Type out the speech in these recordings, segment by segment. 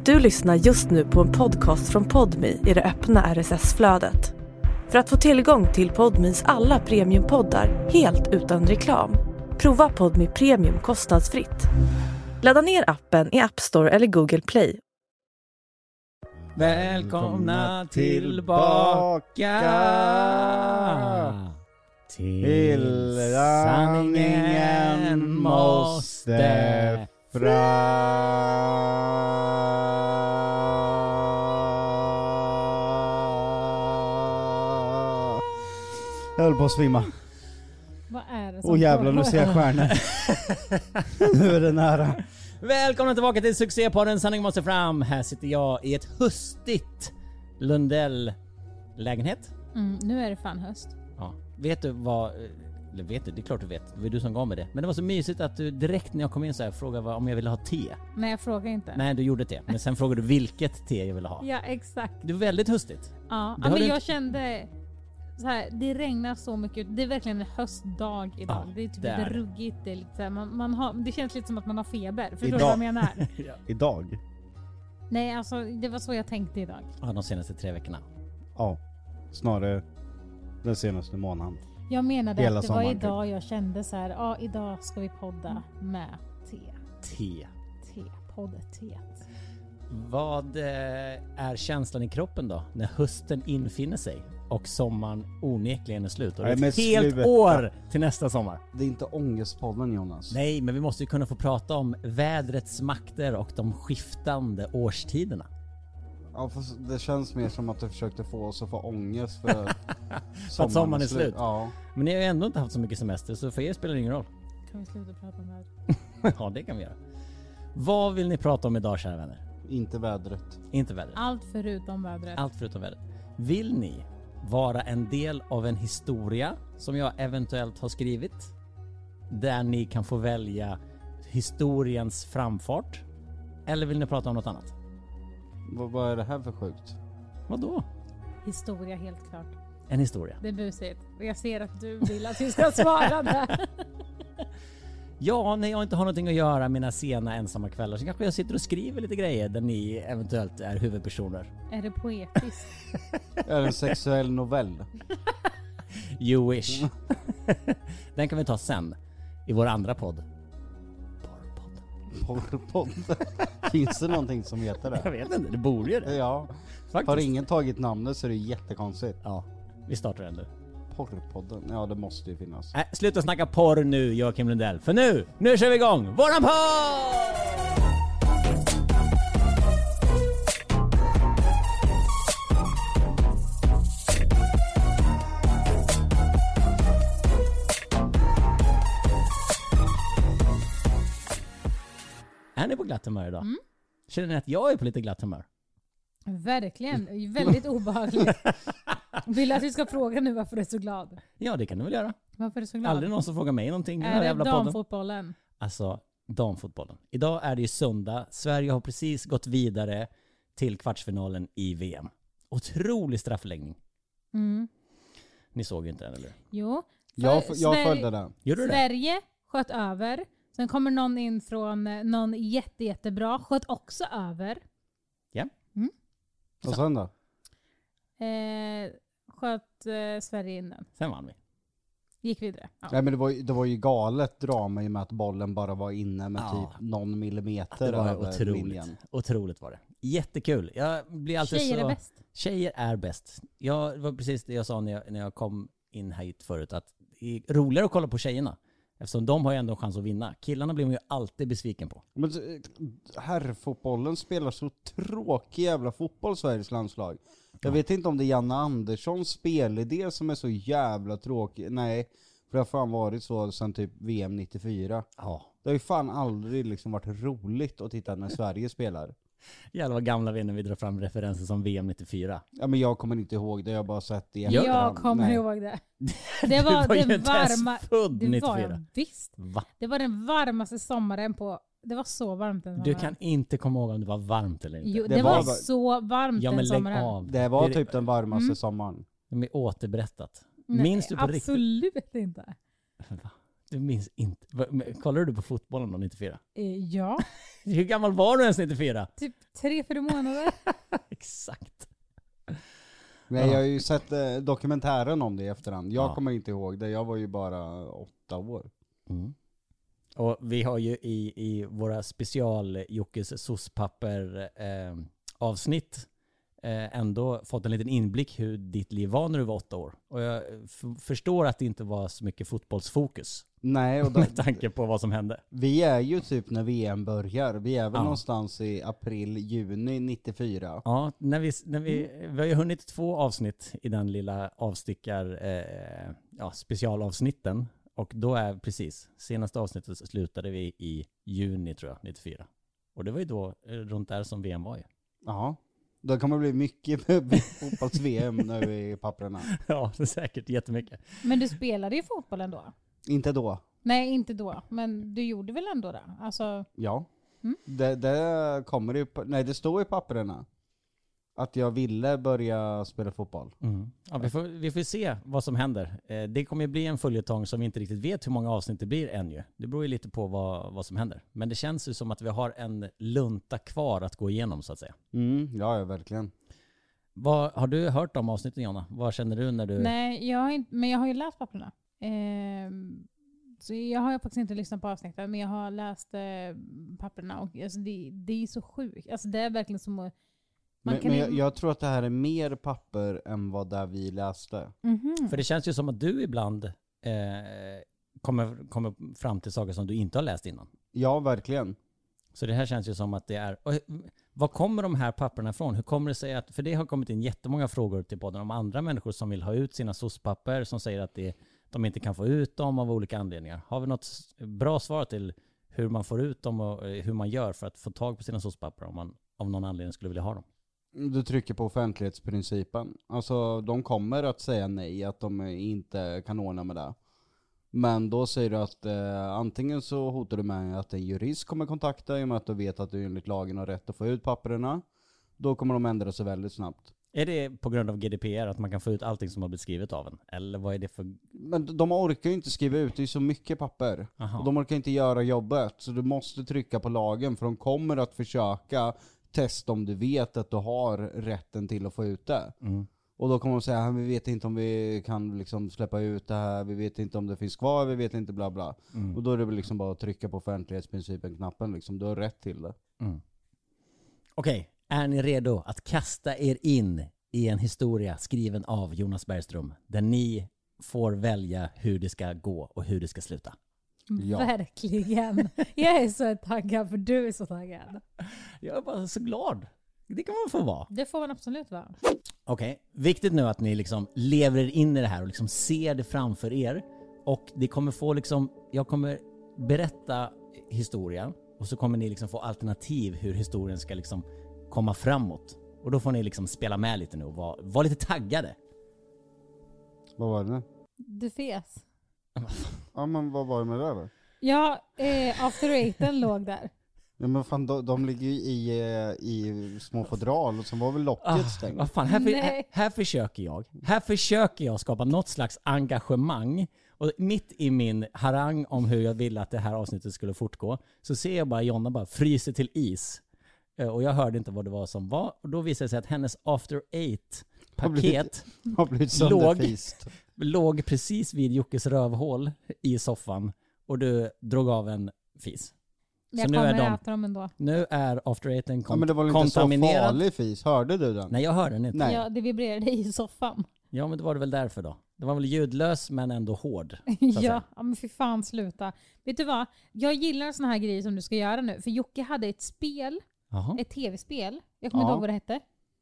Du lyssnar just nu på en podcast från Podmi i det öppna RSS-flödet. För att få tillgång till Podmis alla premiumpoddar helt utan reklam, prova Podmi Premium kostnadsfritt. Ladda ner appen i App Store eller Google Play. Välkomna tillbaka till sanningen måste fram. Jag höll på att svimma. Vad är det som Åh jävlar, nu ser jag stjärnor. Nu är det nära. Välkomna tillbaka till succépodden Sanningen måste fram. Här sitter jag i ett höstigt Lundell-lägenhet. Nu är det fan höst. Ja. Vet du vad... Eller vet du, det är klart du vet. Det var du som gav mig det. Men det var så mysigt att du direkt när jag kom in så här frågade om jag ville ha te. Nej, jag frågar inte. Nej, du gjorde te. Men sen frågade du vilket te jag ville ha. Ja, exakt. Det var väldigt höstigt. Ja, Det har men du jag kände... Så här, det regnar så mycket. Det är verkligen en höstdag idag. Ja, det är typ det är lite det. ruggigt. Det, är lite så här, det känns lite som att man har feber. Förstår du Idag. vad jag menar? Ja. Idag? Nej, alltså det var så jag tänkte idag. Ja, de senaste 3 veckorna. Ja, snarare den senaste månaden. Jag menade Hela att det var sommaren, idag jag kände så här, ja idag ska vi podda med te. Te. Poddet. Vad är känslan i kroppen då när hösten infinner sig och sommaren onekligen är slut? Och det är Nej, ett men helt sluta. år till nästa sommar. Det är inte ångestpodden, Jonas. Nej, men vi måste ju kunna få prata om vädrets makter och de skiftande årstiderna. Ja, fast det känns mer som att du försökte få oss att få ångest för att sommaren är slut. Ja. Men ni har ju ändå inte haft så mycket semester, så för er spelar det ingen roll. Kan vi sluta prata om det här? Ja, det kan vi göra. Vad vill ni prata om idag, kära vänner? Inte vädret. Inte vädret. Allt förutom vädret. Allt förutom vädret. Vill ni vara en del av en historia som jag eventuellt har skrivit, där ni kan få välja historiens framfart? Eller vill ni prata om något annat? Vad är det här för sjukt? Vadå? Historia helt klart. En historia. Det är busigt. Jag ser att du vill att vi ska svara där. Ja, när jag inte har någonting att göra mina sena ensamma kvällar så kanske jag sitter och skriver lite grejer där ni eventuellt är huvudpersoner. Är det poetiskt? Är det en sexuell novell? You wish. Den kan vi ta sen i vår andra podd. Porrpodd. Finns det någonting som heter Jag det? vet inte, det borde ju det. Ja. Faktiskt. Har ingen tagit namnet så är det jättekonstigt. Ja, vi startar den nu. Porrpodden, ja det måste ju finnas. Sluta snacka porr nu, Joakim Lundell. För nu kör vi igång våran podd! Är ni på glatt humör idag? Känner ni att jag är på lite glatt humör? Verkligen. Väldigt obehagligt. Vill att vi ska fråga nu varför du är så glad? Ja, det kan du väl göra. Varför är du så glad? Aldrig någon som frågar mig någonting i den här Är det jävla podden. damfotbollen? Alltså, damfotbollen. Idag är det ju söndag. Sverige har precis gått vidare till kvartsfinalen i VM. Otrolig straffläggning. Ni såg ju inte den, eller? Jo. Jag följde den. Gjorde du det? Sverige sköt över. Sen kommer någon in från någon jättebra. Sköt också över. Ja. Och sen då? Sköt Sverige in den. Sen vann vi. Gick vidare. Ja. Nej, men det var ju galet drama i och med att bollen bara var inne med typ någon millimeter Det var över linjen. otroligt var det. Jättekul. Jag blir alltid Tjejer så... är bäst. Tjejer är bäst. Det var precis det jag sa när jag kom in hit förut. Att det är roligare att kolla på tjejerna. Eftersom de har ju ändå en chans att vinna. Killarna blir man ju alltid besviken på. Men herrfotbollen spelar så tråkig jävla fotboll, Sveriges landslag. Jag vet inte om det är Janne Anderssons spelidé som är så jävla tråkig. Nej, för det har fan varit så sedan typ VM 94. Ja. Det har ju fan aldrig liksom varit roligt att titta när Sverige spelar. Jävlar vad gamla vi när vi drar fram referenser som VM 94. Ja, men jag kommer inte ihåg det, jag har bara sett det. Jag kommer ihåg det. Det var var ju den inte ens varma... född Det var 94. jag visst. Va? Det var den varmaste sommaren på... Det var så varmt den sommaren. Du kan inte komma ihåg om det var varmt eller inte. Jo, Det det var var bara- så varmt Ja, den men lägg sommaren. av. Det var är- typ den varmaste sommaren. De är återberättat. Nej, Minns du på riktigt? absolut inte. Va? Du minns inte. Kollar du på fotbollen då 94? Ja. Hur gammal var du ens 94? Typ 3-4 månader. Exakt. Nej, jag har ju sett dokumentären om det i efterhand. Jag Ja. kommer inte ihåg det, jag var ju bara 8 år. Mm. Och vi har ju i våra special Jockes sospapper avsnitt ändå fått en liten inblick hur ditt liv var när du var 8 år. Och jag förstår att det inte var så mycket fotbollsfokus Nej, och med tanke på vad som hände. vi är ju typ när VM börjar. Vi är väl Ja. någonstans i april, juni 94. Ja, vi har ju hunnit 2 avsnitt i den lilla specialavsnitten. Och då är precis, senaste avsnittet slutade vi i juni tror jag, 94. Och det var ju då runt där som VM var ju. Ja. Då kommer det bli mycket fotbolls-VM nu i papperna. Ja, det är säkert jättemycket. Men du spelade ju fotboll ändå. Inte då. Nej, inte då. Men du gjorde väl ändå det? Alltså, Ja. Mm. Det kommer ju, nej det står i papperna. Att jag ville börja spela fotboll. Mm. Ja, vi får se vad som händer. Det kommer ju bli en följetong som vi inte riktigt vet hur många avsnitt det blir ännu. Det beror ju lite på vad som händer. Men det känns ju som att vi har en lunta kvar att gå igenom så att säga. Ja, verkligen. Har du hört om avsnitten, Jonna? Vad känner du när du... nej, jag har inte, men jag har ju läst papperna. Så jag har ju faktiskt inte lyssnat på avsnittet, men jag har läst papperna och alltså, det är så sjukt. Alltså det är verkligen som att Jag tror att det här är mer papper än vad där vi läste. Mhm. För det känns ju som att du ibland kommer fram till saker som du inte har läst innan. Ja, verkligen. Så det här känns ju som att det är... Och var kommer de här papperna ifrån? Hur kommer det sig att... För det har kommit in jättemånga frågor till podden om andra människor som vill ha ut sina soc-papper, som säger att de inte kan få ut dem av olika anledningar. Har vi något bra svar till hur man får ut dem och hur man gör för att få tag på sina soc-papper om man av någon anledning skulle vilja ha dem? Du trycker på offentlighetsprincipen. Alltså de kommer att säga nej, att de inte kan ordna med det. Men då säger du att antingen så hotar du med att en jurist kommer kontakta i och med att du vet att du enligt lagen har rätt att få ut papperna. Då kommer de ändra sig väldigt snabbt. Är det på grund av GDPR att man kan få ut allting som har blivit skrivet av en? Eller vad är det för... Men de orkar ju inte skriva ut, det är så mycket papper. Aha. Och de orkar inte göra jobbet. Så du måste trycka på lagen, för de kommer att försöka testa om du vet att du har rätten till att få ut det. Mm. Och då kommer de säga, vi vet inte om vi kan liksom släppa ut det här, vi vet inte om det finns kvar, vi vet inte bla bla. Och då är det väl liksom bara att trycka på offentlighetsprincipen-knappen liksom, du har rätt till det. Mm. Okej, är ni redo att kasta er in i en historia skriven av Jonas Bergström, där ni får välja hur det ska gå och hur det ska sluta? Ja. Verkligen. Jag är så taggad för du är så taggad. Jag är bara så glad. Det kan man få vara. Det får man absolut vara. Okej, viktigt nu att ni liksom lever er in i det här och liksom ser det framför er. Och det kommer få liksom, jag kommer berätta historien och så kommer ni liksom få alternativ hur historien ska liksom komma framåt. Och då får ni liksom spela med lite nu och vara lite taggade. Vad var det nu? Du fes. Ja, men vad var det med det då? Ja, After Eighten låg där. Ja, men fan, de ligger ju i små fodral och så var väl locket stängt. Vad fan, här försöker jag skapa något slags engagemang. Och mitt i min harang om hur jag ville att det här avsnittet skulle fortgå så ser jag bara Jonna bara fryser till is. Och jag hörde inte vad det var som var. Och då visade det sig att hennes After Eight-paket har blivit sönderfist. låg precis vid Jockes rövhål i soffan. Och du drog av en fis. Jag Så nu kommer äta dem ändå. Nu är After Eighten Ja, men det var väl inte så kontaminerad. farlig fis, hörde du den? Nej, jag hörde den inte. Nej. Ja, det vibrerade i soffan. Ja, men det var det väl därför då. Det var väl ljudlös men ändå hård. så att säga. Ja, men för fan sluta. Vet du vad? Jag gillar såna här grejer som du ska göra nu. För Jocke hade ett spel, Jaha. ett tv-spel. Jag kommer inte ihåg vad det hette.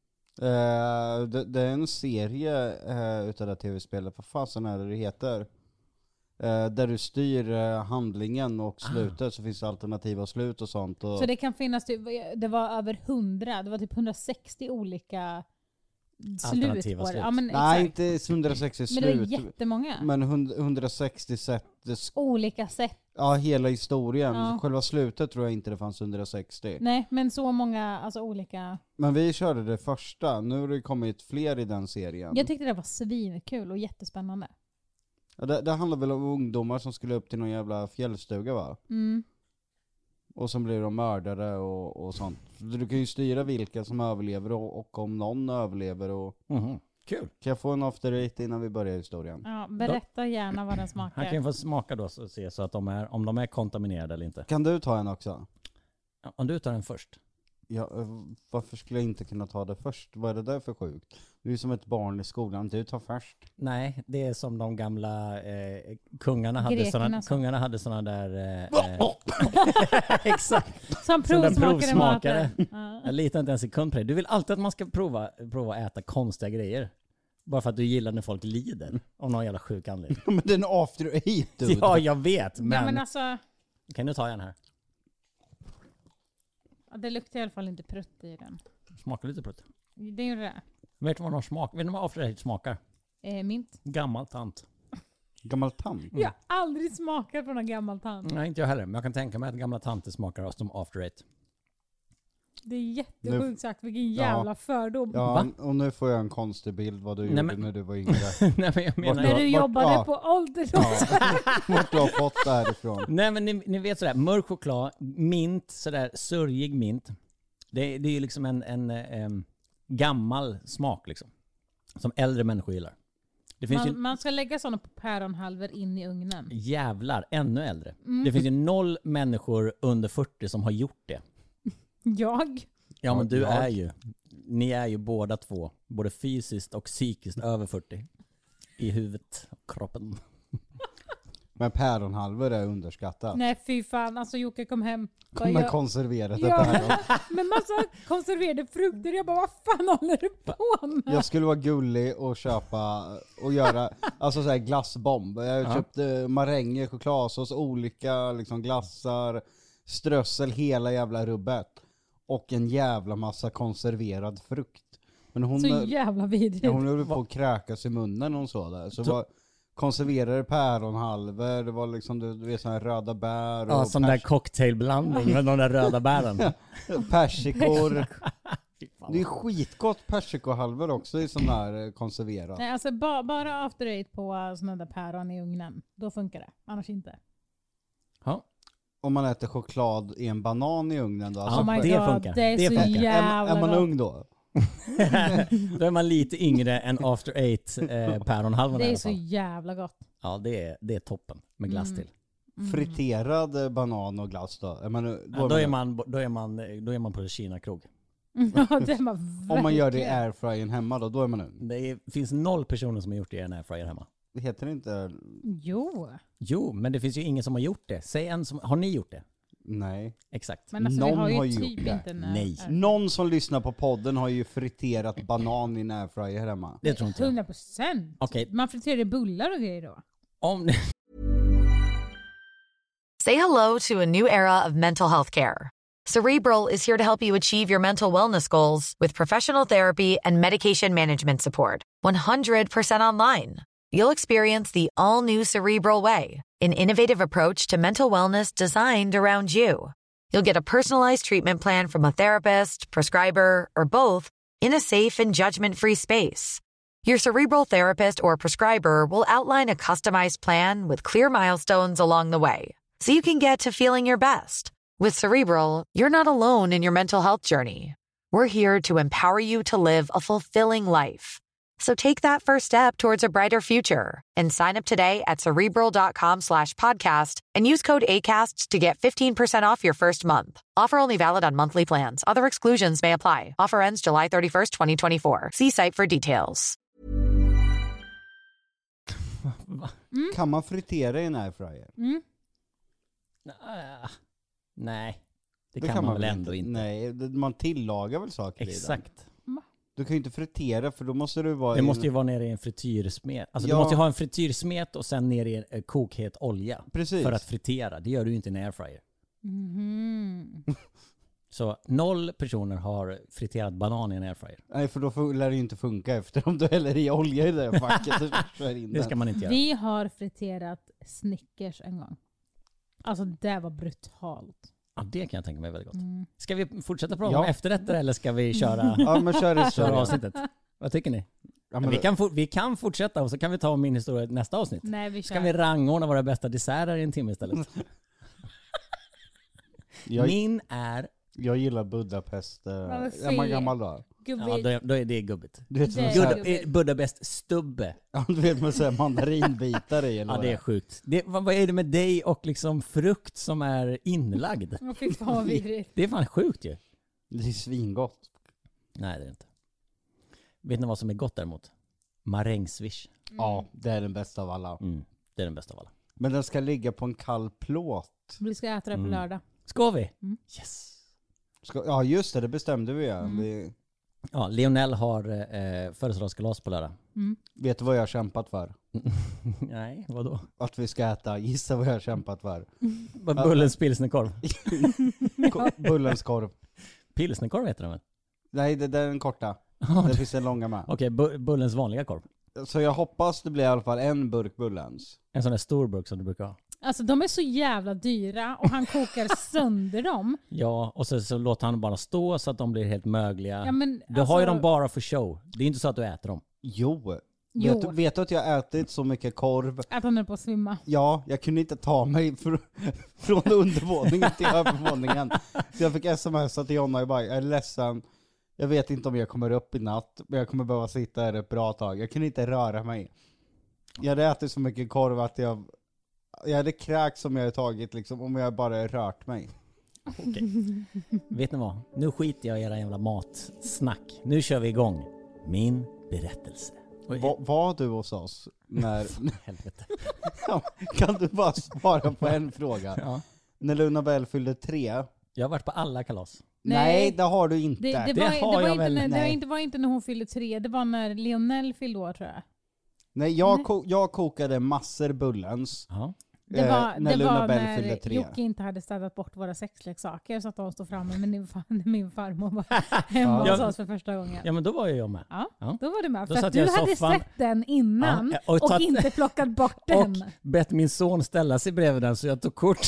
Det är en serie utav det tv-spelet. Vad fasen är det heter? Där du styr handlingen och slutet så finns det alternativa slut och sånt. Och... Så det kan finnas, det var över 100, det var typ 160 olika slut Alternativa på det. slut. Ja, men Nej, exakt. inte 160 Men det var slut. jättemånga. Men 160 sätt. Olika sätt. Ja, hela historien. Ja. Själva slutet tror jag inte det fanns 160. Nej, men så många, alltså olika. Men vi körde det första. Nu har det kommit fler i den serien. Jag tyckte det var svinkul och jättespännande. Ja, det handlar väl om ungdomar som skulle upp till någon jävla fjällstuga, va? Mm. Och så blir de mördare och sånt. Du kan ju styra vilka som överlever och om någon överlever. Och... Kul. Kan jag få en after eight innan vi börjar historien? Ja, berätta gärna vad den smakar. Han kan ju få smaka då och se så att om de är kontaminerade eller inte. Kan du ta en också? Om du tar den först. Ja, varför skulle jag inte kunna ta det först? Vad är det där för sjukt? Du är som ett barn i skolan, du tar först. Nej, det är som de gamla kungarna hade Grekerna kungarna hade såna där exakt. Som provsmakare maten. Jag litar inte en sekund på det. Du vill alltid att man ska prova att äta konstiga grejer. Bara för att du gillar när folk lider av någon jävla sjuk anledning. Men det är en after eight, dude. Ja, jag vet, men... Ja, men alltså... Kan du ta en här? Det luktar i alla fall inte prutt i den. Smakar lite prutt. Det gjorde det. Vet du vad de smakar? Vet du vad after eight smakar? Mint. Gammal tant. Gammal tant? Jag har aldrig smakat på någon gammal tant. Nej, inte jag heller. Men jag kan tänka mig att gamla tanter smakar som after eight. Det är jättesjukt sagt. Vilken jävla fördom. Ja, Va? och nu får jag en konstig bild vad du gjorde när du var yngre. Nej, men jag menar... När du jobbade på ålderdomshem. Vart du har fått det här ifrån. Nej, men ni vet sådär, mörk choklad, mint, sådär sörjig mint. Det är ju liksom en gammal smak liksom. Som äldre människor gillar. Det finns Man ska lägga sådana på päronhalvor in i ugnen. Jävlar, ännu äldre. Det finns ju 0 människor under 40 som har gjort det. Jag? Ja, men ni är ju båda två, både fysiskt och psykiskt över 40. I huvudet och kroppen. Men päronhalvor är underskattat. Nej, fy fan. Alltså Jocke kom hem. Med konserverade päron. Men massa konserverade frukter. Jag bara, vad fan håller du på med? Jag skulle vara gullig och köpa och göra alltså så här glassbomb. Jag köpte maränger, chokladsås, olika liksom glassar, strössel, hela jävla rubbet. Och en jävla massa konserverad frukt. Men hon, så jävla vidrigt. Hon höll på att kräkas i munnen och så där. Så var konserverade päronhalvor, det var liksom du vet såna här röda bär och ja, sån där cocktailblandning med de där röda bären. persikor. Det är skitgott persikohalvor också i sån här konserverat. Nej, alltså bara after eight på såna där päron i ugnen. Då funkar det, annars inte. Ja. Om man äter choklad i en banan i ugnen då. Alltså, Oh my det God, funkar. Det är så funkar. jävla är man gott. ung då? Då är man lite yngre än after eight päronhalvorna. Det i är alla så fall. jävla gott. Ja, det är toppen med glass till. Friterad banan och glass då? Då är man på Kina-krog. Ja, det är man om man gör det i verkligen. airfryern hemma då är man ung. Finns 0 personer som har gjort det i en airfryer hemma. Det heter inte... Jo, Men det finns ju ingen som har gjort det. Säg en som... Har ni gjort det? Nej. Exakt. men alltså, vi Någon har ju har gjort typ det. inte en Nej. Någon som lyssnar på podden har ju friterat banan i en airfryer hemma. Det tror inte jag. 100%. Okej. Man friterar bullar och grejer då. Om Say hello to a new era of mental health care. Cerebral is here to help you achieve your mental wellness goals with professional therapy and medication management support. 100% online. You'll experience the all-new Cerebral Way, an innovative approach to mental wellness designed around you. You'll get a personalized treatment plan from a therapist, prescriber, or both in a safe and judgment-free space. Your Cerebral therapist or prescriber will outline a customized plan with clear milestones along the way, so you can get to feeling your best. With Cerebral, you're not alone in your mental health journey. We're here to empower you to live a fulfilling life. So take that first step towards a brighter future and sign up today at Cerebral.com/podcast and use code ACAST to get 15% off your first month. Offer only valid on monthly plans. Other exclusions may apply. Offer ends July 31st, 2024. See site for details. Kan man fritera i en airfryer? Nej, det kan man väl ändå inte. Nej, man tillagar väl saker i den. Exakt. Du kan ju inte fritera för då måste du vara... Det måste ju vara nere i en frityrsmet. Alltså du måste ju ha en frityrsmet och sen ner i en kokhet olja. Precis. För att fritera. Det gör du ju inte i en airfryer. Så 0 personer har friterat banan i en airfryer. Nej, för då lär det ju inte funka efter om du häller i olja i det facket. Det ska man inte göra. Vi har friterat Snickers en gång. Alltså det var brutalt. Ja, det kan jag tänka mig väldigt gott. Ska vi fortsätta prata om Ja. efterrätter eller ska vi köra, Ja, men kör köra avsnittet? Vad tycker ni? Ja, men Vi kan fortsätta och så kan vi ta min historia i nästa avsnitt. Nej, vi kör. Ska vi rangordna våra bästa desserter i en timme istället? Min är... Jag gillar Budapest. Vad Är man gammal då? Ja, då är det gubbigt. Du vet, Det som är så här, gubbigt. Budapest stubbe. ja, du vet med så här mandarinbitar i eller Ja, vad det är sjukt. Vad är det med dig och liksom frukt som är inlagd? Åh, fy fan vad vidrigt. Det är fan sjukt ju. Det är svingott. Nej, det är inte. Vet ni vad som är gott däremot? Marängsviss. Ja, det är den bästa av alla. Det är den bästa av alla. Men den ska ligga på en kall plåt. Vi ska äta det på lördag. Ska vi? Mm. Yes. Ja just det bestämde vi ja. Ja, Lionel har födelsedagskalas på lördag. Vet du vad jag har kämpat för? Nej, vadå? Att vi ska äta, gissa vad jag har kämpat för. Bullens pilsnerkorv. Bullens korv. Pilsnerkorv heter den väl? Nej, det är den korta. Det finns en långa med. Okej, Bullens vanliga korv. Så jag hoppas det blir i alla fall en burk Bullens. En sån där stor burk som du brukar ha. Alltså de är så jävla dyra och han kokar sönder dem. Ja, och så låter han bara stå så att de blir helt mögliga. Ja, men, Du har ju dem bara för show. Det är inte så att du äter dem. Jo. Jo. Vet du att jag har ätit så mycket korv? Att han är på att svimma. Ja, jag kunde inte ta mig från undervåningen till övervåningen. Så jag fick smsa till Jonna och bara, jag är ledsen. Jag vet inte om jag kommer upp i natt, men jag kommer behöva sitta här ett bra tag. Jag kunde inte röra mig. Jag hade ätit så mycket korv att jag hade kräkt som jag hade tagit liksom, om jag bara rört mig. Okej. Vet ni vad? Nu skiter jag i era jävla matsnack. Nu kör vi igång. Min berättelse. Var du hos oss när... Helvete. Kan du bara svara på en fråga? Ja. När Luna Bell fyllde 3... Jag har varit på alla kalas. Nej, det har du inte. Det var inte när hon fyllde 3. Det var när Lionel fyllde år tror jag. Nej, jag kokade massor Bullens. Ja. Det var Luna-Bell fyllde när 3. Jocke inte hade städat bort våra sexleksaker så att de stod framme, men min farmor var hemma hos oss för första gången. Ja, men då var jag med. Ja, Ja. då var du med. Då För satt att jag du i hade soffan. sett den innan Ja, och och tagit- inte plockat bort den. Och bett min son ställa sig bredvid den så jag tog kort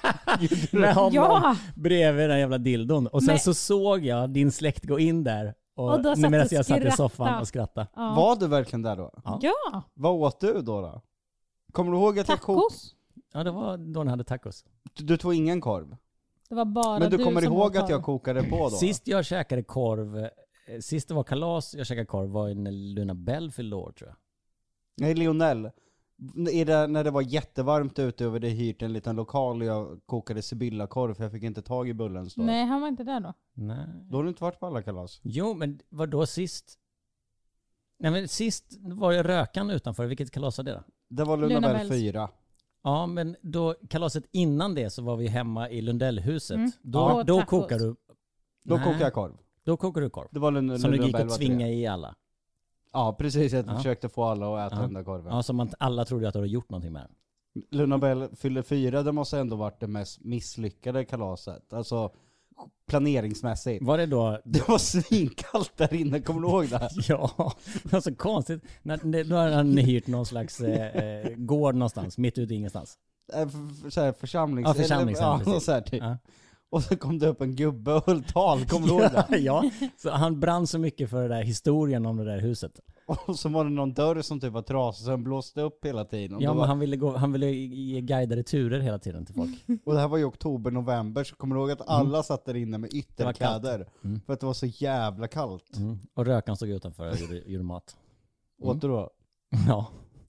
med honom Ja. bredvid den jävla dildon. Och sen Men- så såg jag din släkt gå in där Och då satt medan du jag satt i skratta. soffan och skrattade. Ja. Var du verkligen där då? Ja, Vad åt du då? Kommer du ihåg att jag kokade? tacos. Ja, det var då ni hade tacos. Du tog ingen korv? Det var bara Men du kommer som ihåg åt att jag korv. kokade på då? Sist jag käkade korv, sist det var kalas jag käkade korv var när Luna Bell fyllde år tror jag. Nej, Lionel. Är det när det var jättevarmt ute och vi hade hyrt en liten lokal och jag kokade Sibylla-korv för jag fick inte tag i Bullens då? Nej, han var inte där då. Nej. Då har du inte varit på alla kalas? Jo, men vad då sist? Nej, men sist var jag Rökan utanför. Vilket kalas var det då? Det var Luna Bell 4. Ja, men då kalaset innan det så var vi hemma i Lundellhuset. Mm. Då Ja, tacos. kokar du... Då Nej, kokade jag korv. Då kokar du korv. Det var Luna Som du gick Bell och var tvinga 3. i alla. Ja, precis. Jag Ja. försökte få alla att äta Ja. den där korven. Ja, som alla trodde att du hade gjort någonting med den. Luna Bell fyller 4, det måste ändå varit det mest misslyckade kalaset. Alltså planeringsmässigt. Var det då... Det var svinkallt där inne, kommer du ihåg det? Ja, det var så konstigt. Då hade han hyrt någon slags gård någonstans, mitt ute i ingenstans. Såhär församlings... Ja, församlingshem, Ja, precis. så här typ. Ja. Och så kom det upp en gubbe och höll tal, kommer du ihåg det? Ja, så han brann så mycket för den där historien om det där huset. Och så var det någon dörr som typ var trasig så den blåste upp hela tiden. Och, Ja, det men var, han ville ge guidade turer hela tiden till folk. och det här var i oktober, november, så kommer du ihåg att alla satt där inne med Det var kallt. ytterkläder. Mm. För att det var så jävla kallt. Mm. Och Rökan stod utanför och gjorde mat. Åt du då? Ja,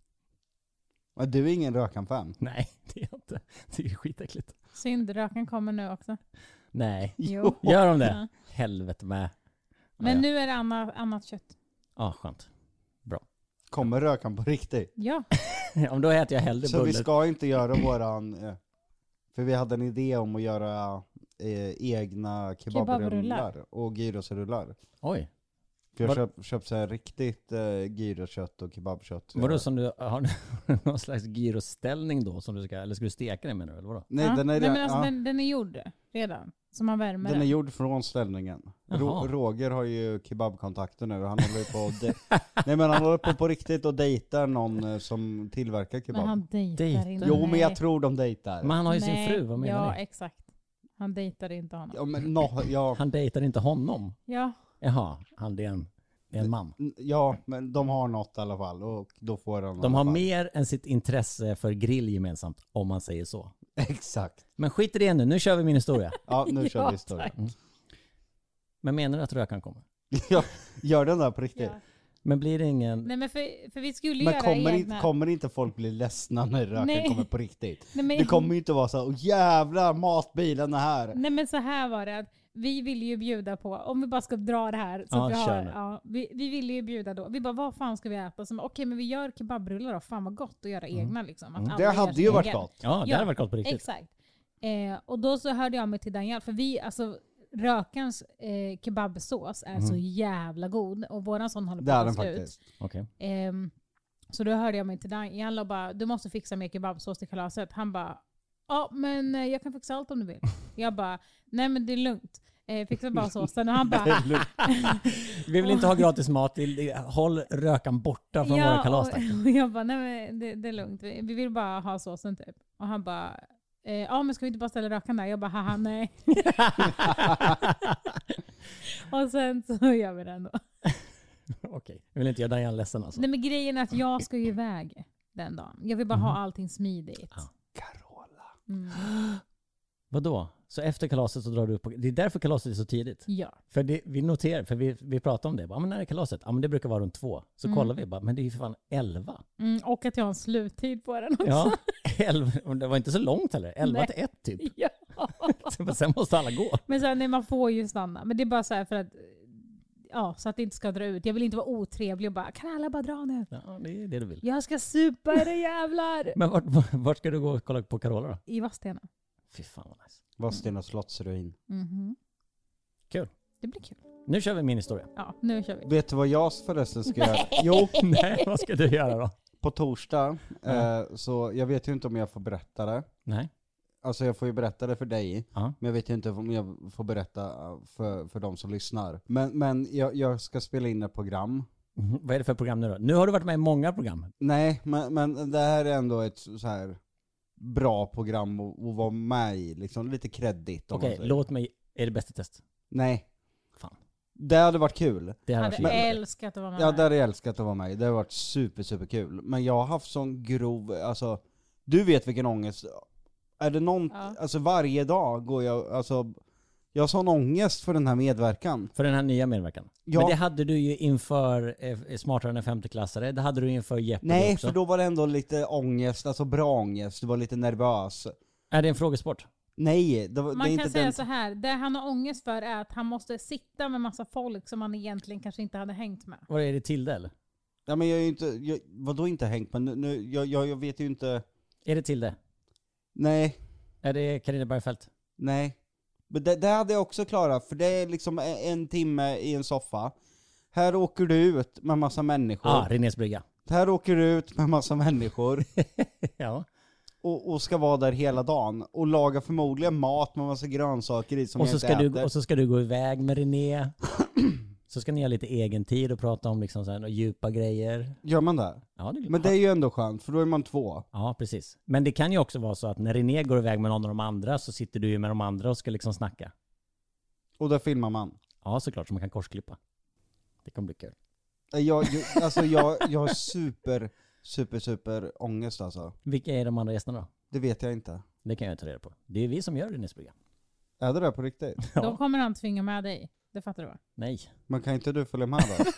Men du är ingen Rökan-fan. nej det är jag inte. Det är skitäckligt. Synd, röken kommer nu också. Nej, Jo. gör de det? Ja. Helvete med. Men Ja, nu är det annat kött. ja, skönt. Kommer Rökan på riktigt? Ja. Ja, men då äter jag hellre Så vi bullar. ska inte göra våran... För vi hade en idé om att göra egna kebabrullar och gyrosrullar. Oj, För jag Var- köpt så här riktigt gyrokött och kebabkött. vadå som du har någon slags gyroställning då som du ska, eller ska du steka den menar du eller vadå? Nej, Ja. den är, Nej, men alltså, ja, den är gjord redan. Så man värmer den är den. gjord från ställningen. Jaha. Roger har ju kebabkontakter nu. Han håller på Nej, men han håller på riktigt och dejtar någon som tillverkar kebab. Men han dejtar Dejtar. inte. Jo, men Nej. jag tror de dejtar. Men han har ju sin Nej. fru, vad menar Ja, ni? exakt. Han dejtar inte honom. Ja, men ja, Han dejtar inte honom? Ja. Jaha, det är en man. ja, men de har något i alla fall och då får han i De alla har fall. mer än sitt intresse för grill gemensamt, om man säger så. Exakt. Men skit i det nu kör vi min historia. Ja, nu kör Ja, vi historia. tack. Men menar du att rökan kommer? Ja, gör den där på riktigt. Ja. Men blir det ingen... Nej men för vi skulle Men göra kommer inte folk bli ledsna när röken Nej. kommer på riktigt? Nej, men... Det kommer ju inte vara så här, jävlar, matbilen är här. Nej men så här var det, att vi ville ju bjuda på, om vi bara ska dra det här. Så Ja, att vi, kör har, nu. ja, vi ville ju bjuda då. Vi bara, vad fan ska vi äta? Så, okej, men vi gör kebabrullar då. Fan vad gott att göra egna liksom. Att alla Det gör hade sin ju varit egen. gott. Ja, det Ja, hade varit gott på riktigt. Exakt. Och då så hörde jag mig till Daniel, för vi, alltså Rökans kebabsås är så jävla god. Och våran sån håller på Det är att den ta slut. faktiskt. Okej. Så då hörde jag mig till Daniel och bara, du måste fixa mer kebabsås till kalaset. Han bara, ja men jag kan fixa allt om du vill. Jag bara, nej men det är lugnt. Fixa bara såsen. Och han bara, Vi vill inte ha gratis mat. Håll rökan borta från våra kalas. och jag bara, nej men det är lugnt. Vi vill bara ha såsen typ. Och han bara, ja men ska vi inte bara ställa rökan där? Jag bara, haha nej. Och sen så gör vi den då. Okej. Jag vill inte göra Diane ledsen alltså. Nej men grejen är att jag ska ju iväg den dagen. Jag vill bara ha allting smidigt. Ja. Carola. Mm. Vadå? Så efter kalaset så drar du upp på... Det är därför kalaset är så tidigt. Ja. För det, vi noterar, för vi pratar om det. Ja, men när är kalaset? Ja, men det brukar vara runt 2. Så kollar vi bara, men det är ju för fan 11. Och att jag har en sluttid på den också. Ja, 11. Och det var inte så långt heller. 11 Nej. till 1 typ. Ja. Sen måste alla gå. Men sen nej, man får ju stanna. Men det är bara så här för att, ja, så att det inte ska dra ut. Jag vill inte vara otrevlig och bara, kan alla bara dra nu? Ja, det är det du vill. Jag ska supa era jävlar! Men vart ska du gå och kolla på Carola då? I Vadstena. Fy fan vad nice. Vadstena slottsruin. Mhm. Kul. Det blir kul. Nu kör vi min historia. Ja, nu kör vi. Vet du vad jag förresten ska göra? Jo, Nej, vad ska du göra då? på torsdag, så jag vet ju inte om jag får berätta det. Nej. Alltså jag får ju berätta det för dig, Ja. men jag vet ju inte om jag får berätta för de som lyssnar. Men jag ska spela in ett program. Mhm. Vad är det för program nu då? Nu har du varit med i många program. Nej, men det här är ändå ett så här bra program att vara med i. Liksom lite kredit. om man Okej, säger. låt mig... Är det bäst i test? Nej. Fan. Det hade varit kul. Det Jag här hade var så... älskat att vara med. Ja, det hade jag älskat att vara med i. Det har varit super kul. Men jag har haft sån grov, alltså, du vet vilken ångest. Är det någon, Ja. alltså varje dag går jag, alltså, jag har sån ångest för den här medverkan. För den här nya medverkan. Ja. Men det hade du ju inför Smartare än en femteklassare. Det hade du inför Jeopardy Nej, också. för då var det ändå lite ångest, alltså bra ångest. Du var lite nervös. Är det en frågesport? Nej, det är Man inte kan säga den. så här, det han har ångest för är att han måste sitta med massa folk som han egentligen kanske inte hade hängt med. Vad är det till det eller? Ja, men jag är ju inte, vadå inte hängt? Men nu, jag vet ju inte. Är det till det? Nej, Är det Carina Bergfeldt? nej. Men det hade jag också klarat, för det är liksom en timme i en soffa. Här åker du ut med massa människor. Ja, Renés brygga. Här åker du ut med massa människor Ja. och ska vara där hela dagen. Och laga förmodligen mat med massa grönsaker i som Och jag så, inte ska äter. du, och så ska du gå iväg med René. Så ska ni ha lite egen tid och prata om liksom så här, och djupa grejer. Gör man det? Ja, det är Men det är ju ändå skönt, för då är man 2. Ja, precis. Men det kan ju också vara så att när René går iväg med någon av de andra så sitter du ju med de andra och ska liksom snacka. Och där filmar man. Ja, såklart, så man kan korsklippa. Det kommer bli kul. Jag har super ångest alltså. Vilka är de andra gästerna då? Det vet jag inte. Det kan jag ta reda på. Det är vi som gör Renés brygga. Är det där på riktigt? Då kommer han tvinga med dig. Det fattar du va? Nej. Men kan inte du följa med då?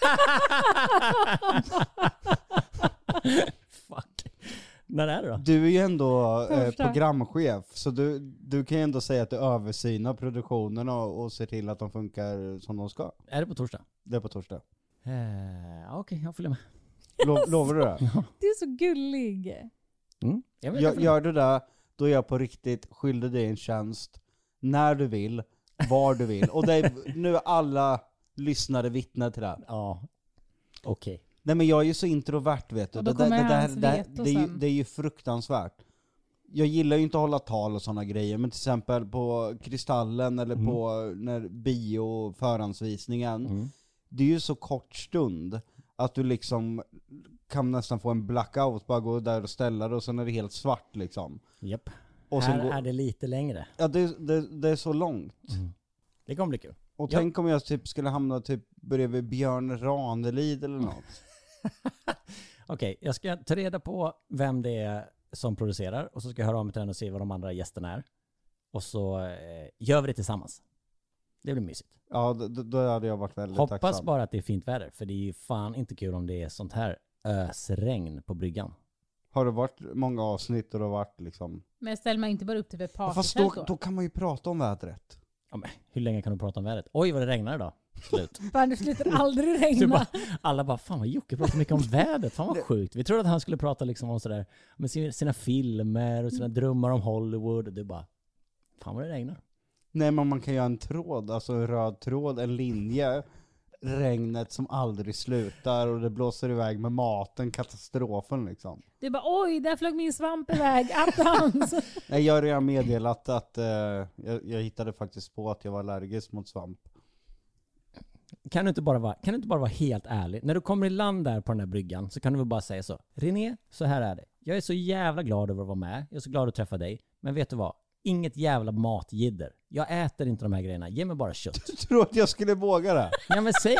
Fuck. När är det då? Du är ju ändå Torsdag. programchef, så du kan ju ändå säga att du översynar produktionen och ser till att de funkar som de ska. Är det på torsdag? Det är på torsdag. Okej, jag följer med. Lovar du det? Du är så gullig. Mm. Jag vet, Gör du det, då är jag på riktigt skyldig dig en tjänst. När du vill, var du vill. Och det är, nu är alla lyssnare vittnar till det. Ja. Okej. Nej, men jag är ju så introvert, vet du. Och då kommer hans veto sen. Det är ju fruktansvärt. Jag gillar ju inte att hålla tal och sådana grejer, men till exempel på Kristallen eller på när förhandsvisningen. Det är ju så kort stund att du liksom kan nästan få en blackout, bara gå där och ställa dig och sen är det helt svart liksom. Japp. Och Här sen är det lite längre. Ja, det är så långt. Det kommer bli kul. Och Ja. tänk om jag typ skulle hamna typ bredvid Björn Ranelid eller något. Okej, jag ska ta reda på vem det är som producerar och så ska jag höra av mig till henne och se vad de andra gästerna är. Och så gör vi det tillsammans. Det blir mysigt. Ja, då hade jag varit väldigt Hoppas tacksam. bara att det är fint väder, för det är ju fan inte kul om det är sånt här ösregn på bryggan. Har det varit många avsnitt och det har varit liksom... Men ställer man inte bara upp till ett Ja, fast partytält då kan man ju prata om vädret. Ja, men hur länge kan du prata om vädret? Oj, vad det regnar idag. Slut. Fan, det slutar aldrig Så regna. bara, alla bara, fan vad Jocke pratar mycket om vädret. Fan vad sjukt. Vi trodde att han skulle prata liksom om sådär, med sina filmer och sina drömmar om Hollywood. Och du bara, fan vad det regnar. Nej, men man kan göra en tråd, alltså en röd tråd, en linje. Regnet som aldrig slutar och det blåser iväg med maten, katastrofen liksom. Det är bara, oj, där flög min svamp iväg. Attans. Nej, jag har redan meddelat att jag hittade faktiskt på att jag var allergisk mot svamp. Kan du inte bara vara helt ärlig? När du kommer i land där på den här bryggan så kan du väl bara säga så. René, så här är det. Jag är så jävla glad över att vara med. Jag är så glad att träffa dig. Men vet du vad? Inget jävla matgidder. Jag äter inte de här grejerna. Ge mig bara kött. Du tror att jag skulle våga det? Ja men säg,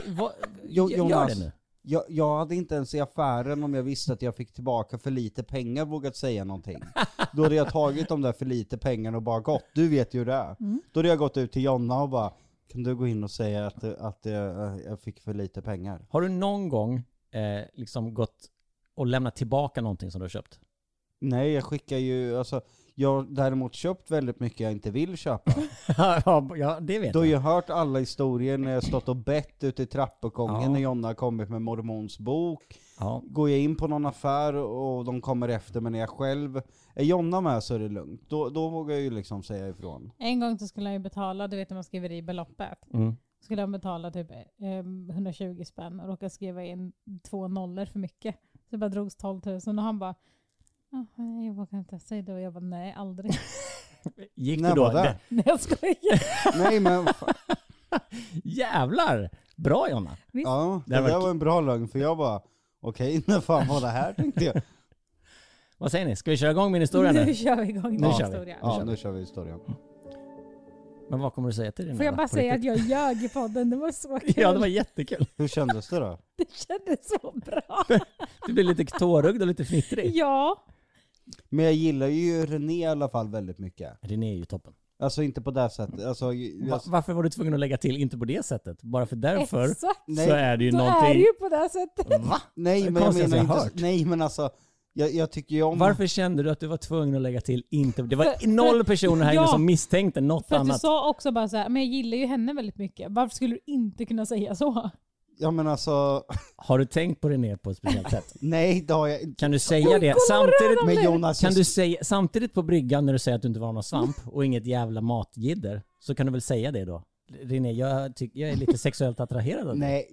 gör det nu. Jag hade inte ens i affären, om jag visste att jag fick tillbaka för lite pengar, vågat säga någonting. Då hade jag tagit de där för lite pengarna och bara gått. Du vet ju det. Då hade jag gått ut till Jonna och bara, kan du gå in och säga att jag fick för lite pengar? Har du någon gång liksom gått och lämnat tillbaka någonting som du har köpt? Nej, jag skickar ju, alltså, jag har däremot köpt väldigt mycket jag inte vill köpa. Ja, det vet Då har jag. jag hört alla historier när jag stått och bett ute i trappuppgången Ja. när Jonna har kommit med Mormons bok. Ja. Går jag in på någon affär och de kommer efter, men när jag själv är Jonna med så är det lugnt. Då vågar jag ju liksom säga ifrån. En gång så skulle jag ju betala, du vet när man skriver i beloppet. Mm. Skulle jag betala typ 120 spänn och råkade skriva in 2 nollor för mycket. Så det bara drogs 12 000 och han bara, nej, jag vågar inte säga det. Och jag bara, nej, aldrig. Gick När du då? var det? Nej, jag skojar. Nej, men Jävlar! Bra Jonna. ja, Det det var där var en bra lögn, för jag bara, okej, när fan var det här, tänkte jag. Vad säger ni? Ska vi köra igång min historia nu? Nu kör vi igång Nu den kör vi. historien. Ja, nu kör vi historien. Men vad kommer du säga till din? Får jag bara säga att jag ljög i podden? Det var så kul. Ja, det var jättekul. Hur kändes det då? Det kändes så bra. Du blir lite tårögd och lite fnittrig. Ja. Men jag gillar ju René i alla fall väldigt mycket. René är ju toppen. Alltså inte på det sättet. Alltså, Varför var du tvungen att lägga till inte på det sättet? Bara för därför Exakt. Nej, så är det ju Då någonting... är det ju på det här sättet. Va? nej, Det men jag konstigaste menar jag inte... hört. Nej, men alltså, jag tycker ju om... Varför kände du att du var tvungen att lägga till inte... Det var 0 personer här inne Ja. som misstänkte något För att du annat. sa också bara så här, men jag gillar ju henne väldigt mycket. Varför skulle du inte kunna säga så? Ja, men alltså... Har du tänkt på René på ett speciellt sätt? Nej, det har jag inte. Kan du säga det samtidigt? Men Jonas... Kan du säga samtidigt på bryggan när du säger att du inte var någon svamp och inget jävla matgidder, så kan du väl säga det då? René, jag är lite sexuellt attraherad av dig. Nej,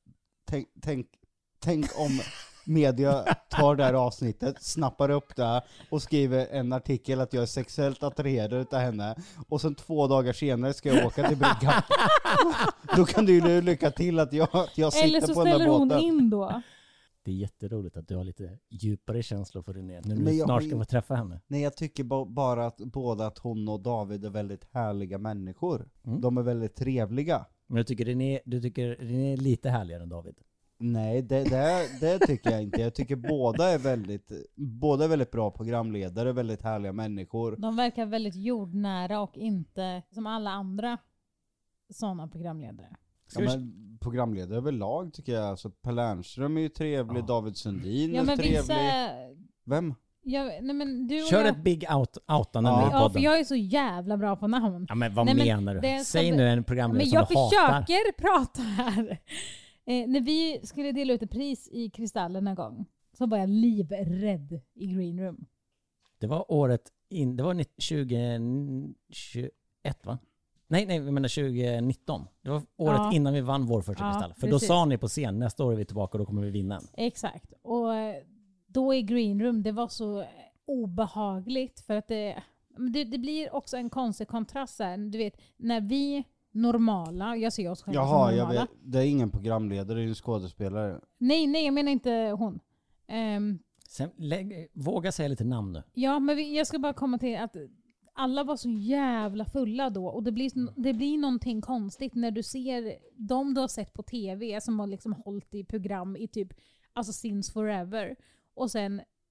tänk om media tar det här avsnittet, snappar upp det och skriver en artikel att jag är sexuellt attraherad utav henne, och sen 2 dagar senare ska jag åka till bryggan. Då kan du ju lycka till att jag sitter Eller så på den ställer där hon båten. in då. Det är jätteroligt att du har lite djupare känslor för René nu när Men du jag snart har ska ju- få träffa henne. Nej, jag tycker bara att att hon och David är väldigt härliga människor. Mm. De är väldigt trevliga. Men du tycker René är lite härligare än David? Nej, det tycker jag inte. Jag tycker båda är väldigt bra programledare, väldigt härliga människor. De verkar väldigt jordnära och inte som alla andra sådana programledare. Ja, men programledare överlag tycker jag. Alltså, Per Lernström är ju trevlig, Ja. David Sundin Ja, är men trevlig. vissa... Vem? Nej, men du och Kör jag... ett big outande Ja. nu i Ja, för podden. jag är så jävla bra på namn. Ja, men vad Nej, men menar du? det ska Säg bli- nu en programledare Men som jag du hatar. försöker prata här. När vi skulle dela ut ett pris i Kristallen en gång så var jag livrädd i Green Room. Det var året in, det var 2021 va? Nej, vi menar 2019. Det var året Ja. innan vi vann vår första Ja, kristall. För precis. då sa ni på scen, nästa år är vi tillbaka och då kommer vi vinna en. Exakt. Och då i Green Room, det var så obehagligt för att det blir också en konstig kontrast här. Du vet, när vi normala, jag ser oss själva Jaha, som jag normala. vet. Det är ingen programledare, det är en skådespelare. Nej, jag menar inte hon. Sen, våga säga lite namn nu. Ja, men jag ska bara komma till att alla var så jävla fulla då. Och det blir någonting konstigt när du ser de du har sett på tv som har liksom hållit i program i typ, alltså since forever. Och sen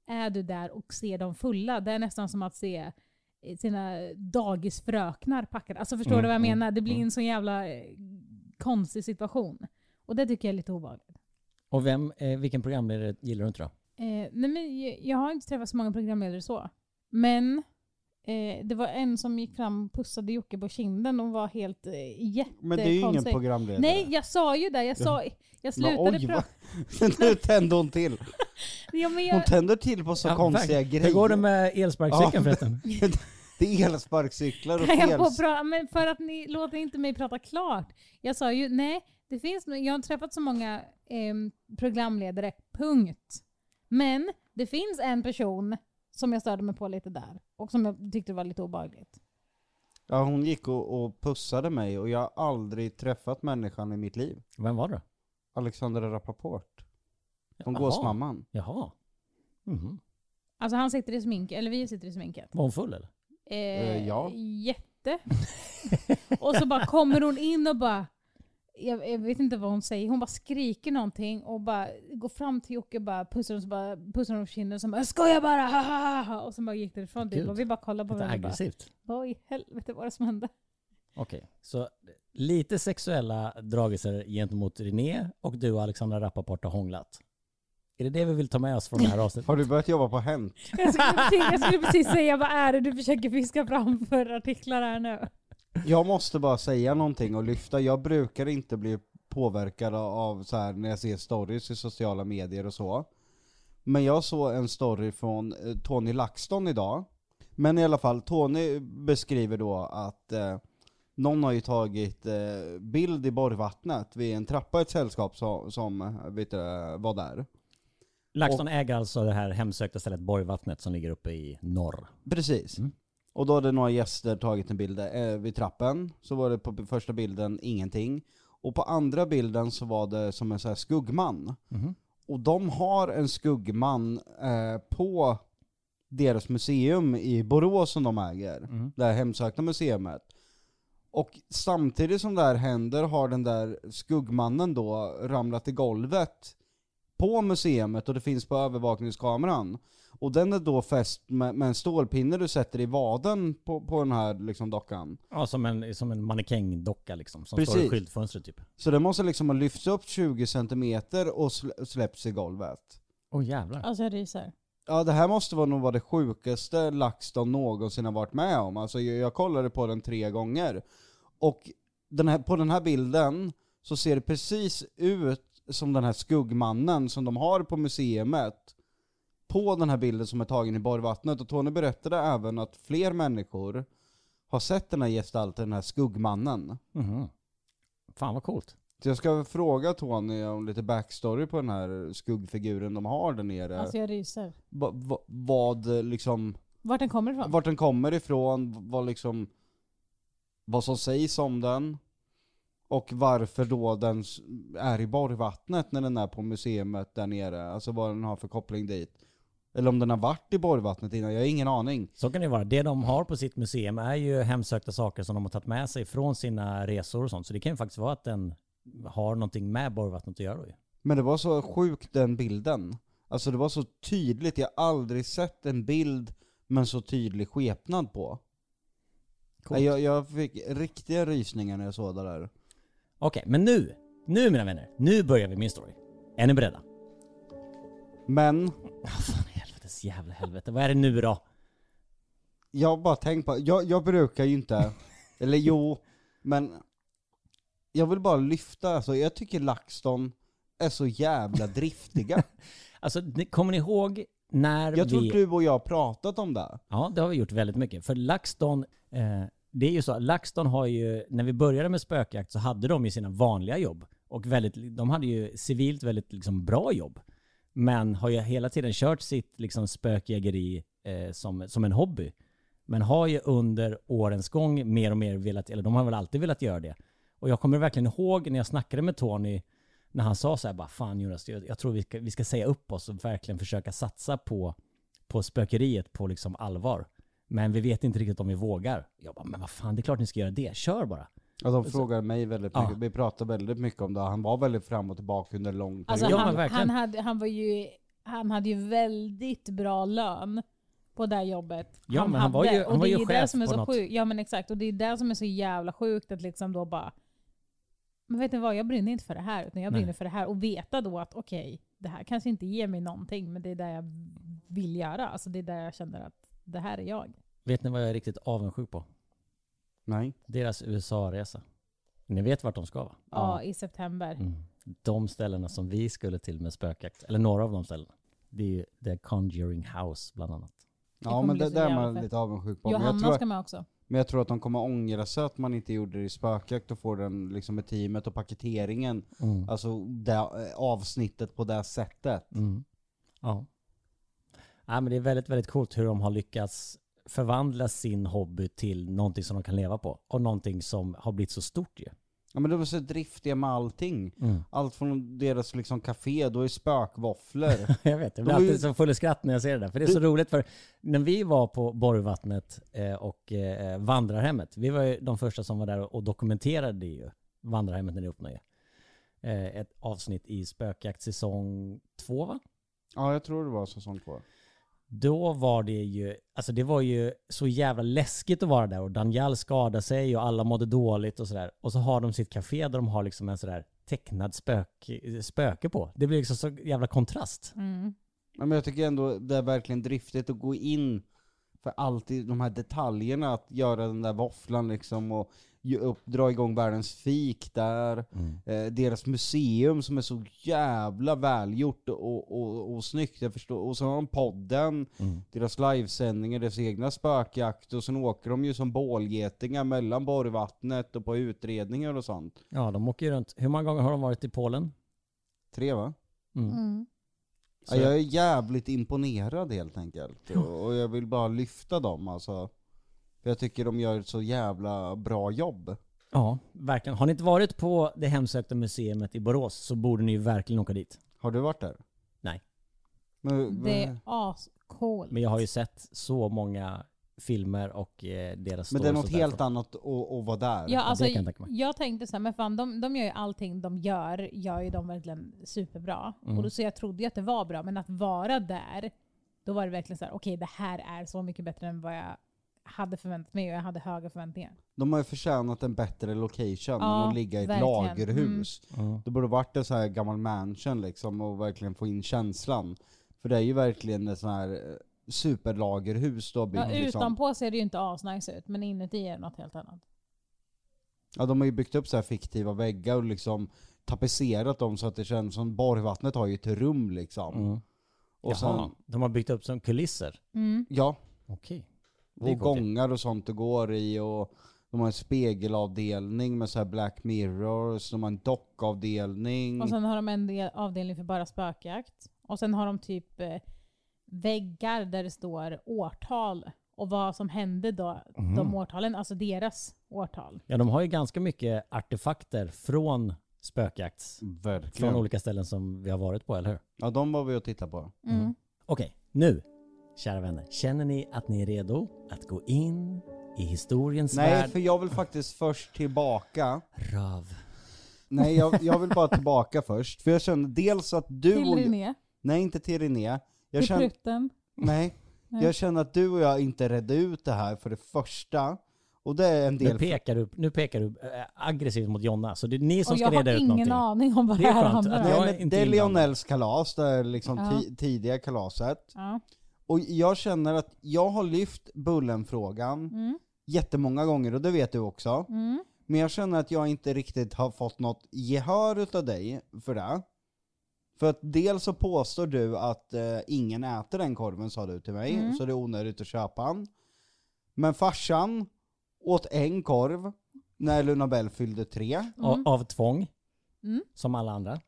är du där och ser dem fulla. Det är nästan som att se sina dagisfröknar packade. Alltså förstår du vad jag menar? Det blir en så jävla konstig situation. Och det tycker jag är lite obehagligt. Och vilken programledare gillar du inte då? Nej, men jag har inte träffat så många programledare så. Men det var en som gick fram och pussade Jocke på kinden och var helt jättekonstig. Men det är ju ingen programledare. Nej, jag sa ju det. Jag slutade prata. Nu tänder hon till. Ja, men Hon tänder till på så konstiga grejer. Hur går det med elsparkcykeln förresten? Det är elsparkcyklar och men för att ni låter inte mig prata klart. Jag sa ju, nej, jag har inte träffat så många programledare, punkt. Men det finns en person som jag störde mig på lite där. Och som jag tyckte var lite obehagligt. Ja, hon gick och pussade mig och jag har aldrig träffat människan i mitt liv. Vem var det? Alexandra Rappaport. Hon gåsmamman. Jaha. Mhm. Alltså han sitter i smink, eller vi sitter i sminket. Var hon full eller? Ja. Jätte. Och så bara kommer hon in och bara, jag vet inte vad hon säger. Hon bara skriker någonting och bara går fram till Jocke och bara pussar hon på kinden och så bara, skojar bara, haha. Och så bara gick det ifrån typ. Och vi bara kollade på varandra. Aggressivt. Vad i helvete var det som hände? Okej, så lite sexuella dragelser gentemot René och du och Alexandra Rappaport har hånglat. Är det vi vill ta med oss från det här avsnittet? Har du börjat jobba på Hänt? Jag skulle precis säga, vad är det du försöker fiska fram för artiklar här nu? Jag måste bara säga någonting och lyfta. Jag brukar inte bli påverkad av så här när jag ser stories i sociala medier och så. Men jag såg en story från Tony LaXton idag. Men i alla fall, Tony beskriver då att någon har ju tagit bild i Borgvattnet vid en trappa, ett sällskap som vet du, var där. LaXton äger alltså det här hemsökta stället Borgvattnet som ligger uppe i norr. Precis. Och då hade några gäster tagit en bild vid trappen. Så var det på första bilden ingenting. Och på andra bilden så var det som en så här skuggman. Och de har en skuggman på deras museum i Borås som de äger. Det här hemsökta museumet. Och samtidigt som det här händer har den där skuggmannen då ramlat i golvet på museet och det finns på övervakningskameran. Och den är då fäst med en stålpinne du sätter i vaden på den här liksom dockan. Ja, som en mannekängdocka liksom, som Precis. står i skyltfönstret typ. Så den måste liksom ha lyfts upp 20 centimeter och släppts i golvet. Jävlar. Alltså jag ryser. Ja, det här måste nog vara det sjukaste LaXton någonsin har varit med om. Alltså jag kollade på den 3 gånger. Och på den här bilden så ser det precis ut som den här skuggmannen som de har på museet på den här bilden som är tagen i Borgvattnet. Och Tony berättade även att fler människor har sett den här gestalten, den här skuggmannen. Fan vad coolt. Så jag ska fråga Tony om lite backstory på den här skuggfiguren de har där nere. Alltså jag ryser. Vad liksom... Vart den kommer ifrån? Vart den kommer ifrån, vad som sägs om den. Och varför då den är i Borgvattnet när den är på museet där nere. Alltså vad den har för koppling dit. Eller om den har varit i Borgvattnet innan, jag har ingen aning. Så kan det vara. Det de har på sitt museum är ju hemsökta saker som de har tagit med sig från sina resor och sånt. Så det kan ju faktiskt vara att den har någonting med Borgvattnet att göra då. Men det var så sjukt den bilden. Alltså det var så tydligt, jag har aldrig sett en bild med en så tydlig skepnad på. Jag fick riktiga rysningar när jag såg det där. Okej, men nu mina vänner, nu börjar vi min story. Är ni beredda? Men Fan helvete, vad är det nu då? jag har bara tänkt på, jag brukar ju inte, eller jo, men jag vill bara lyfta, alltså jag tycker LaXton är så jävla driftiga. Alltså, kommer ni ihåg när jag tror du och jag har pratat om det. Ja, det har vi gjort väldigt mycket. För LaXton, det är ju så, LaXton har ju, när vi började med spökjakt så hade de ju sina vanliga jobb. Och de hade ju civilt väldigt liksom bra jobb. Men har ju hela tiden kört sitt liksom spökjägeri som en hobby. Men har ju under årens gång mer och mer velat, eller de har väl alltid velat göra det. Och jag kommer verkligen ihåg när jag snackade med Tony, när han sa så här, bara fan Jonas, jag tror vi ska säga upp oss och verkligen försöka satsa på spökeriet på liksom allvar. Men vi vet inte riktigt om vi vågar. Jag bara, men vad fan, det är klart ni ska göra det. Kör bara. Ja, de frågar mig väldigt mycket. Vi pratar väldigt mycket om det. Han var väldigt fram och tillbaka under lång period. Alltså ja, han hade ju väldigt bra lön på det här jobbet. Ja, men han var ju chef som är på så något. sjukt. Ja, men exakt. Och det är det som är så jävla sjukt att liksom då bara, men vet ni vad, jag brinner inte för det här, utan jag brinner för det här. Och veta då att okej, det här kanske inte ger mig någonting, men det är det jag vill göra. Alltså det är där jag känner att det här är jag. Vet ni vad jag är riktigt avundsjuk på? Nej. Deras USA-resa. Ni vet vart de ska, va? Ja, i september. De ställena som vi skulle till med spökjakt, eller några av de ställena, det är ju The Conjuring House bland annat. Ja, kommer men bli det så där är jävla man fett. lite avundsjuk på. Johanna ska med också. Men jag tror att de kommer ångra sig att man inte gjorde det i spökjakt och får den liksom med teamet och paketeringen. Alltså det avsnittet på det sättet. Ja. Ja, men det är väldigt, väldigt coolt hur de har lyckats förvandla sin hobby till någonting som de kan leva på. Och någonting som har blivit så stort ju. Ja, men de är så driftiga med allting. Allt från deras liksom café, då är spökvåfflor. Jag vet, jag blir De är ju- alltid så full i skratt när jag ser det där. För det är så roligt, för när vi var på Borgvattnet och vandrarhemmet, vi var ju de första som var där och dokumenterade ju vandrarhemmet när det öppnade. Ett avsnitt i spökjakt säsong 2, va? Ja, jag tror det var säsong 2. Då var det ju, alltså det var ju så jävla läskigt att vara där, och Daniel skadade sig och alla mådde dåligt och sådär. Och så har de sitt café där de har liksom en sådär tecknad spöke på. Det blir liksom så jävla kontrast. Men jag tycker ändå det är verkligen driftigt att gå in för alltid de här detaljerna, att göra den där våfflan liksom och dra igång världens fik där. Deras museum som är så jävla välgjort och snyggt, jag förstår. Och så har de podden, deras livesändningar, deras egna spökjakt, och sen åker de ju som bålgetingar mellan Borgvattnet och på utredningar och sånt. Ja, de åker ju runt. Hur många gånger har de varit i Polen? 3, va? Så- Ja, jag är jävligt imponerad helt enkelt. Och jag vill bara lyfta dem alltså. För jag tycker de gör ett så jävla bra jobb. Ja, verkligen. Har ni inte varit på det hemsökta museet i Borås så borde ni ju verkligen åka dit. Har du varit där? Nej. Det är ascoolt. Men jag har ju sett så många filmer och deras Men det är stories något och helt därför. annat att vara där. Ja, alltså, det kan jag tänka mig. jag tänkte så här, men fan, de gör ju allting de gör ju de verkligen superbra. Och då, så jag trodde ju att det var bra, men att vara där, då var det verkligen så här: okej, det här är så mycket bättre än vad jag hade förväntat mig, och jag hade höga förväntningar. De har ju förtjänat en bättre location Ja, än att ligga i ett verkligen. lagerhus. Det borde varit en så här gammal mansion liksom, och verkligen få in känslan. För det är ju verkligen ett sån här superlagerhus då. Ja, Liksom. utanpå ser det ju inte asnice ut, men inuti är det något helt annat. Ja, de har ju byggt upp så här fiktiva väggar och liksom tapetserat dem så att det känns som Borgvattnet har ju ett rum liksom. Och Jaha, de har byggt upp som kulisser. ja, Okej. och gångar och sånt det går i, och de har en spegelavdelning med så här Black Mirrors, de har en dockavdelning. Och sen har de en avdelning för bara spökjakt. Och sen har de typ väggar där det står årtal och vad som hände då, de årtalen, alltså deras årtal. Ja, de har ju ganska mycket artefakter från spökjakts. Verkligen. Från olika ställen som vi har varit på, eller hur? Ja, de var vi att titta på. Okej, nu, kära vänner. Känner ni att ni är redo att gå in i historiens Nej, värld? för jag vill faktiskt först tillbaka. Rav. Nej, jag vill bara tillbaka först. För jag känner dels att du Till och... René, Nej, inte till René. Jag till känner... prutten. Nej. Jag känner att du och jag inte redde ut det här för det första. Och det är en del... Nu pekar du aggressivt mot Jonna. Så det är ni som Och ska jag reda har ut ingen någonting. aning om vad Det det är här skönt handlar att om. jag- Nej, men inte det är inblandad. Lionels kalas, det är liksom Ja. tidiga kalaset. Ja. Och jag känner att jag har lyft Bullen-frågan jättemånga gånger, och det vet du också. Men jag känner att jag inte riktigt har fått något gehör utav dig för det. För att dels så påstår du att ingen äter den korven, sa du till mig, så det är onödigt att köpa den. Men farsan åt en korv när Luna Bell fyllde 3. Av tvång. Som alla andra.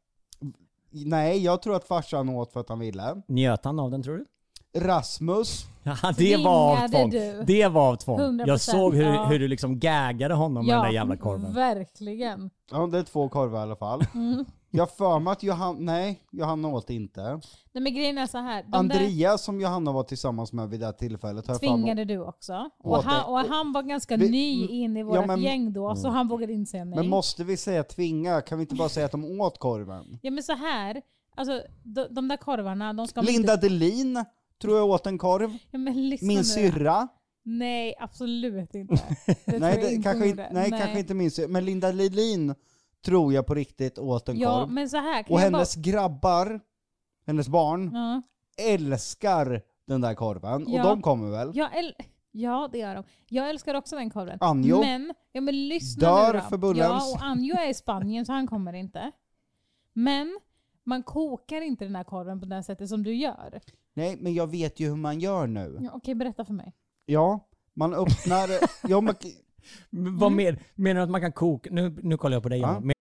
Nej, jag tror att farsan åt för att han ville. Njöt han av den, tror du? Rasmus, Ja, det var av Tvingade tvång. du? Det var av tvång. 100%, Jag såg ja. hur du liksom gaggade honom med den där jävla korven. Verkligen. ja, det är 2 korvar i alla fall. Jag för mig att Johanna åt inte. Nej, men grejen är så här. Andreas som Johanna var tillsammans med vid det här tillfället har jag för mig- Tvingade du också. Åt Och han var ganska ny in i vårt men- gäng då, så han vågade inte säga nej. Men måste vi säga tvinga? Kan vi inte bara säga att de åt korven? Ja, men så här. Alltså de där korvarna, de ska man Linda inte... Delin tror jag åt en korv. Ja, men lyssna Min nu. syrra. Nej, absolut inte. Det Nej, tror jag inte kanske, gjorde. nej, kanske inte min syrra. Men Linda Delin tror jag på riktigt åt en Ja, korv. men så här kan Och jag hennes grabbar, hennes barn, Ja. älskar den där korven. Ja. Och de kommer väl? Ja, det gör de. Jag älskar också den korven. Anjo Men lyssna dör nu då. för Bullens. Ja, och Anjo är i Spanien så han kommer inte. Men man kokar inte den här korven på det sättet som du gör. Nej, men jag vet ju hur man gör nu. Ja, okej, berätta för mig. Ja, man öppnar... ja, man, Vad mer? Menar du att man kan koka? Nu kollar jag på dig. Ja. Jonna.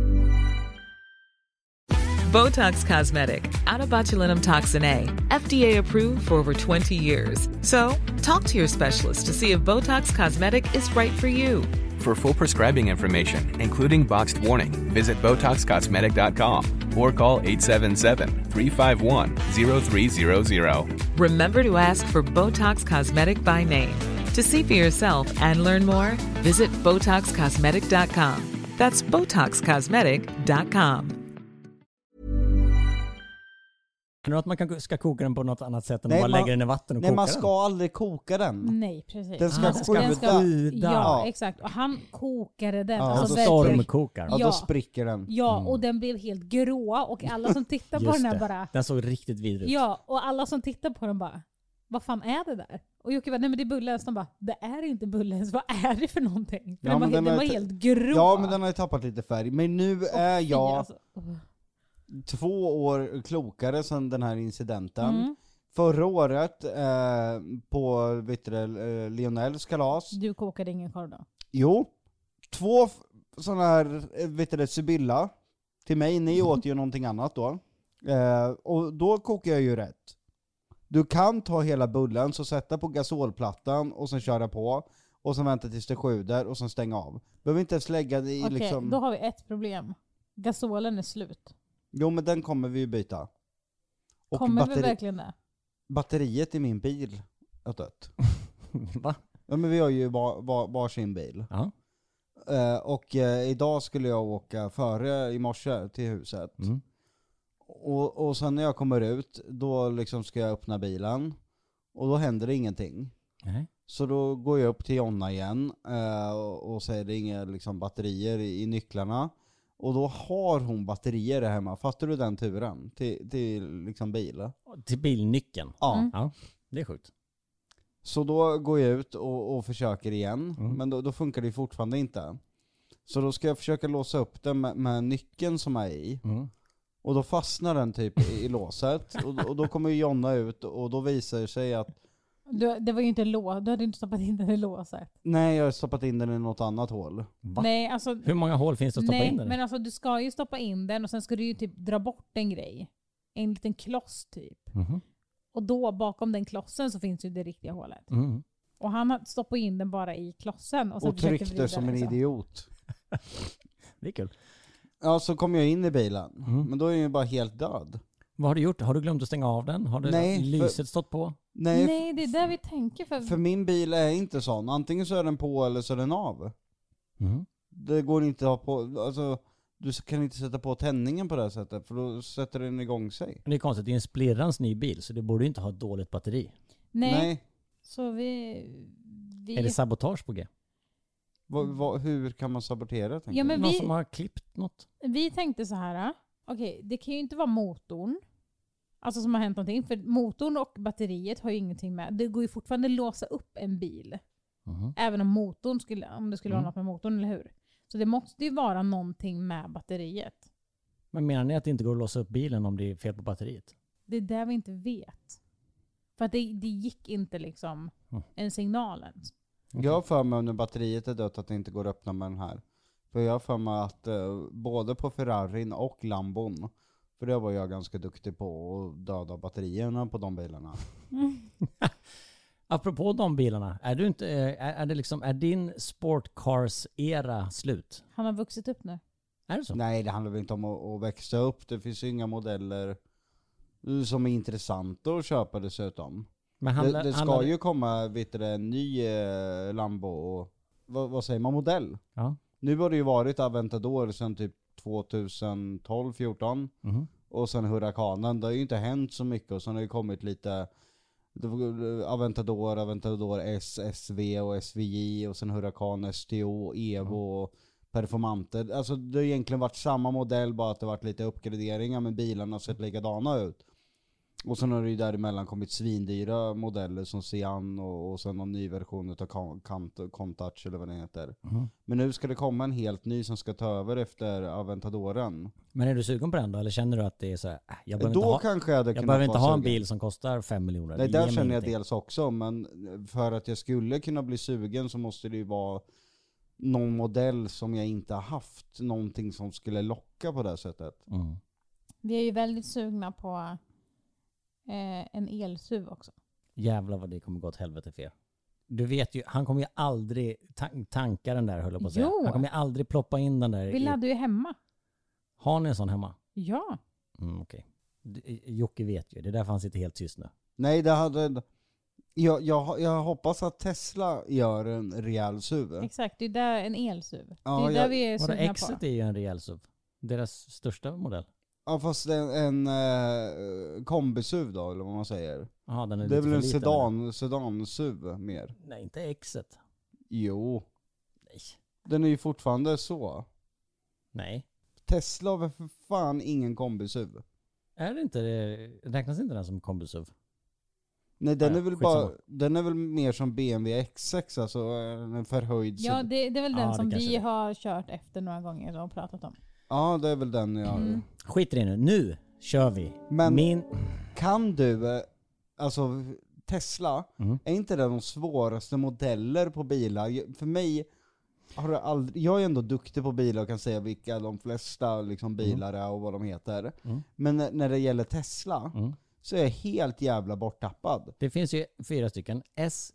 Botox Cosmetic, out of botulinum toxin A, FDA approved for over 20 years. So, talk to your specialist to see if Botox Cosmetic is right for you. For full prescribing information, including boxed warning, visit BotoxCosmetic.com or call 877-351-0300. Remember to ask for Botox Cosmetic by name. To see for yourself and learn more, visit BotoxCosmetic.com. That's BotoxCosmetic.com. Menar du att man ska koka den på något annat sätt än Nej, att bara man- lägga den i vatten och nej, koka man den? ska aldrig koka den. Nej, precis. Den ska Den ska sjuda. Ja, exakt. Och han kokade den. Ja, Alltså så verkligen. stormkokar. Ja, Ja. då spricker den. Ja, och den blev helt grå och alla som tittar på Just den här det. bara... Den såg riktigt vidrig ut. Ja, och alla som tittar på den bara, vad fan är det där? Och Jocke bara, nej men det är Bullens. De bara, det är inte Bullens, vad är det för någonting? För Ja, men den den var är- helt grå. Ja, men den har ju tappat lite färg. Men nu är Fy, jag alltså. 2 år klokare sedan den här incidenten. Mm. Förra året på Lionels kalas. Du kokade ingen korv då? Jo, 2 sådana här Sibylla till mig. Ni åt ju någonting annat då. Och då kokar jag ju rätt. Du kan ta hela bullen, så sätta på gasolplattan och sen köra på. Och sen vänta tills det sjuder och sen stänga av. Behöver inte ens lägga det i Okej, liksom... då har vi ett problem. Gasolen är slut. Jo, men den kommer vi ju byta. Och Kommer vi verkligen det? batteriet i min bil har dött. Va? Ja, men vi har ju varsin bil. Ja. Och idag skulle jag åka före i morse till huset. Mm. Och sen när jag kommer ut, då liksom ska jag öppna bilen. Och då händer det ingenting. Nej. Så då går jag upp till Jonna igen och säger det är inga liksom batterier i nycklarna. Och då har hon batterier där hemma. Fattar du den turen? Till liksom bil. Till bilnyckeln. Ja. Mm. Ja, det är sjukt. Så då går jag ut och försöker igen. Mm. Men då funkar det fortfarande inte. Så då ska jag försöka låsa upp den med nyckeln som är i. Mm. Och då fastnar den typ i låset. Och då kommer Jonna ut och då visar det sig att Det var ju inte lås. Du hade inte stoppat in den i låset. nej, jag har stoppat in den i något annat hål. Va? Nej, alltså... Hur många hål finns det att stoppa nej, in den i? men alltså du ska ju stoppa in den och sen ska du ju typ dra bort en grej. En liten kloss typ. Mhm. Och då bakom den klossen så finns ju det riktiga hålet. Mm. Och han stoppade in den bara i klossen. Och, sen Och försökte tryckte vrida som den en så. idiot. Det är kul. Ja, så kom jag in i bilen. Mm. Men då är den ju bara helt död. Vad har du gjort? Har du glömt att stänga av den? Har Nej, för- lyset stått på? Nej, Nej, det är där vi tänker. för min bil är inte sån. Antingen så är den på eller så är den av. Mm. Det går inte att ha på, alltså du kan inte sätta på tändningen på det här sättet för då sätter den igång sig. Det är konstigt, det är en splirrans ny bil så det borde ju inte ha ett dåligt batteri. Nej. Så vi Är det sabotage på G? Hur kan man sabotera? tänker Ja, men jag? Någon som har klippt något? vi tänkte så här. Okej, det kan ju inte vara motorn. Alltså som har hänt någonting. För motorn och batteriet har ju ingenting med. Det går ju fortfarande låsa upp en bil. Mhm. Även om motorn om det skulle vara Mm. något med motorn, eller hur? Så det måste ju vara någonting med batteriet. Men menar ni att det inte går att låsa upp bilen om det är fel på batteriet? Det är där vi inte vet. För att det gick inte liksom en signal ens. Jag har för mig när batteriet är dött att det inte går att öppna med den här. För jag har för mig att både på Ferrarin och Lambon, för det var jag ganska duktig på att döda batterierna på de bilarna. Apropå de bilarna, är du inte, är din sportcars-era slut? Han har vuxit upp nu. Är det så? Nej, det handlar väl inte om att växa upp. Det finns ju inga modeller som är intressanta att köpa dessutom. Men Det ska ju komma en ny Lambo och vad säger man, modell? Ja. Nu har det ju varit Aventador sedan typ 2012-14 Mhm. Och sen Huracanen, det har ju inte hänt så mycket. Och sen har det kommit lite Aventador S, SV och SVJ. Och sen Huracan, STO, Evo och Performante. Alltså det har egentligen varit samma modell, bara att det har varit lite uppgraderingar, men bilarna har sett likadana ut. Och sen har det ju däremellan kommit svindyra modeller som Sian och sen någon ny version av Countach eller vad det heter. Men nu ska det komma en helt ny som ska ta över efter Aventadoren. Men är du sugen på den då? Eller känner du att det är så här, jag behöver inte ha en bil som kostar 5 miljoner? Nej, där känner jag dels också, men för att jag skulle kunna bli sugen så måste det ju vara någon modell som jag inte har haft. Någonting som skulle locka på det sättet. Vi är ju väldigt sugna på en elsuv också. Jävlar vad det kommer gå åt helvete för er. Du vet ju, han kommer ju aldrig tanka den där, höll jag på att säga. Han kommer ju aldrig ploppa in den där. Vi laddar ju hemma. Har ni en sån hemma? Ja. Okej. Jocke vet ju, det är därför han sitter helt tyst nu. Nej, det hade... Jag hoppas att Tesla gör en rejäl SUV. Exakt, det är där en elsuv. Ja, det är där vi är sugna på. Exet är ju en rejäl SUV. Deras största modell. Ja, fast en kombi-SUV då, eller vad man säger. Aha, den är det är lite väl en liten, sedan-SUV mer. Nej, inte Exet. Jo. Nej. Den är ju fortfarande så. Nej. Tesla har väl för fan ingen kombi-SUV. Är det inte det? Räknas inte den som kombi-SUV? Nej, den är väl bara, den är väl mer som BMW X6, alltså en förhöjd. Ja, det är väl den som vi har kört efter några gånger och pratat om. Ja, det är väl den Skit i det nu. Nu kör vi. Men kan du, alltså Tesla, är inte det de svåraste modeller på bilar? För mig har det aldrig, jag är ändå duktig på bilar och kan säga vilka de flesta liksom bilar är och vad de heter. Men när det gäller Tesla så är jag helt jävla borttappad. Det finns ju 4 stycken.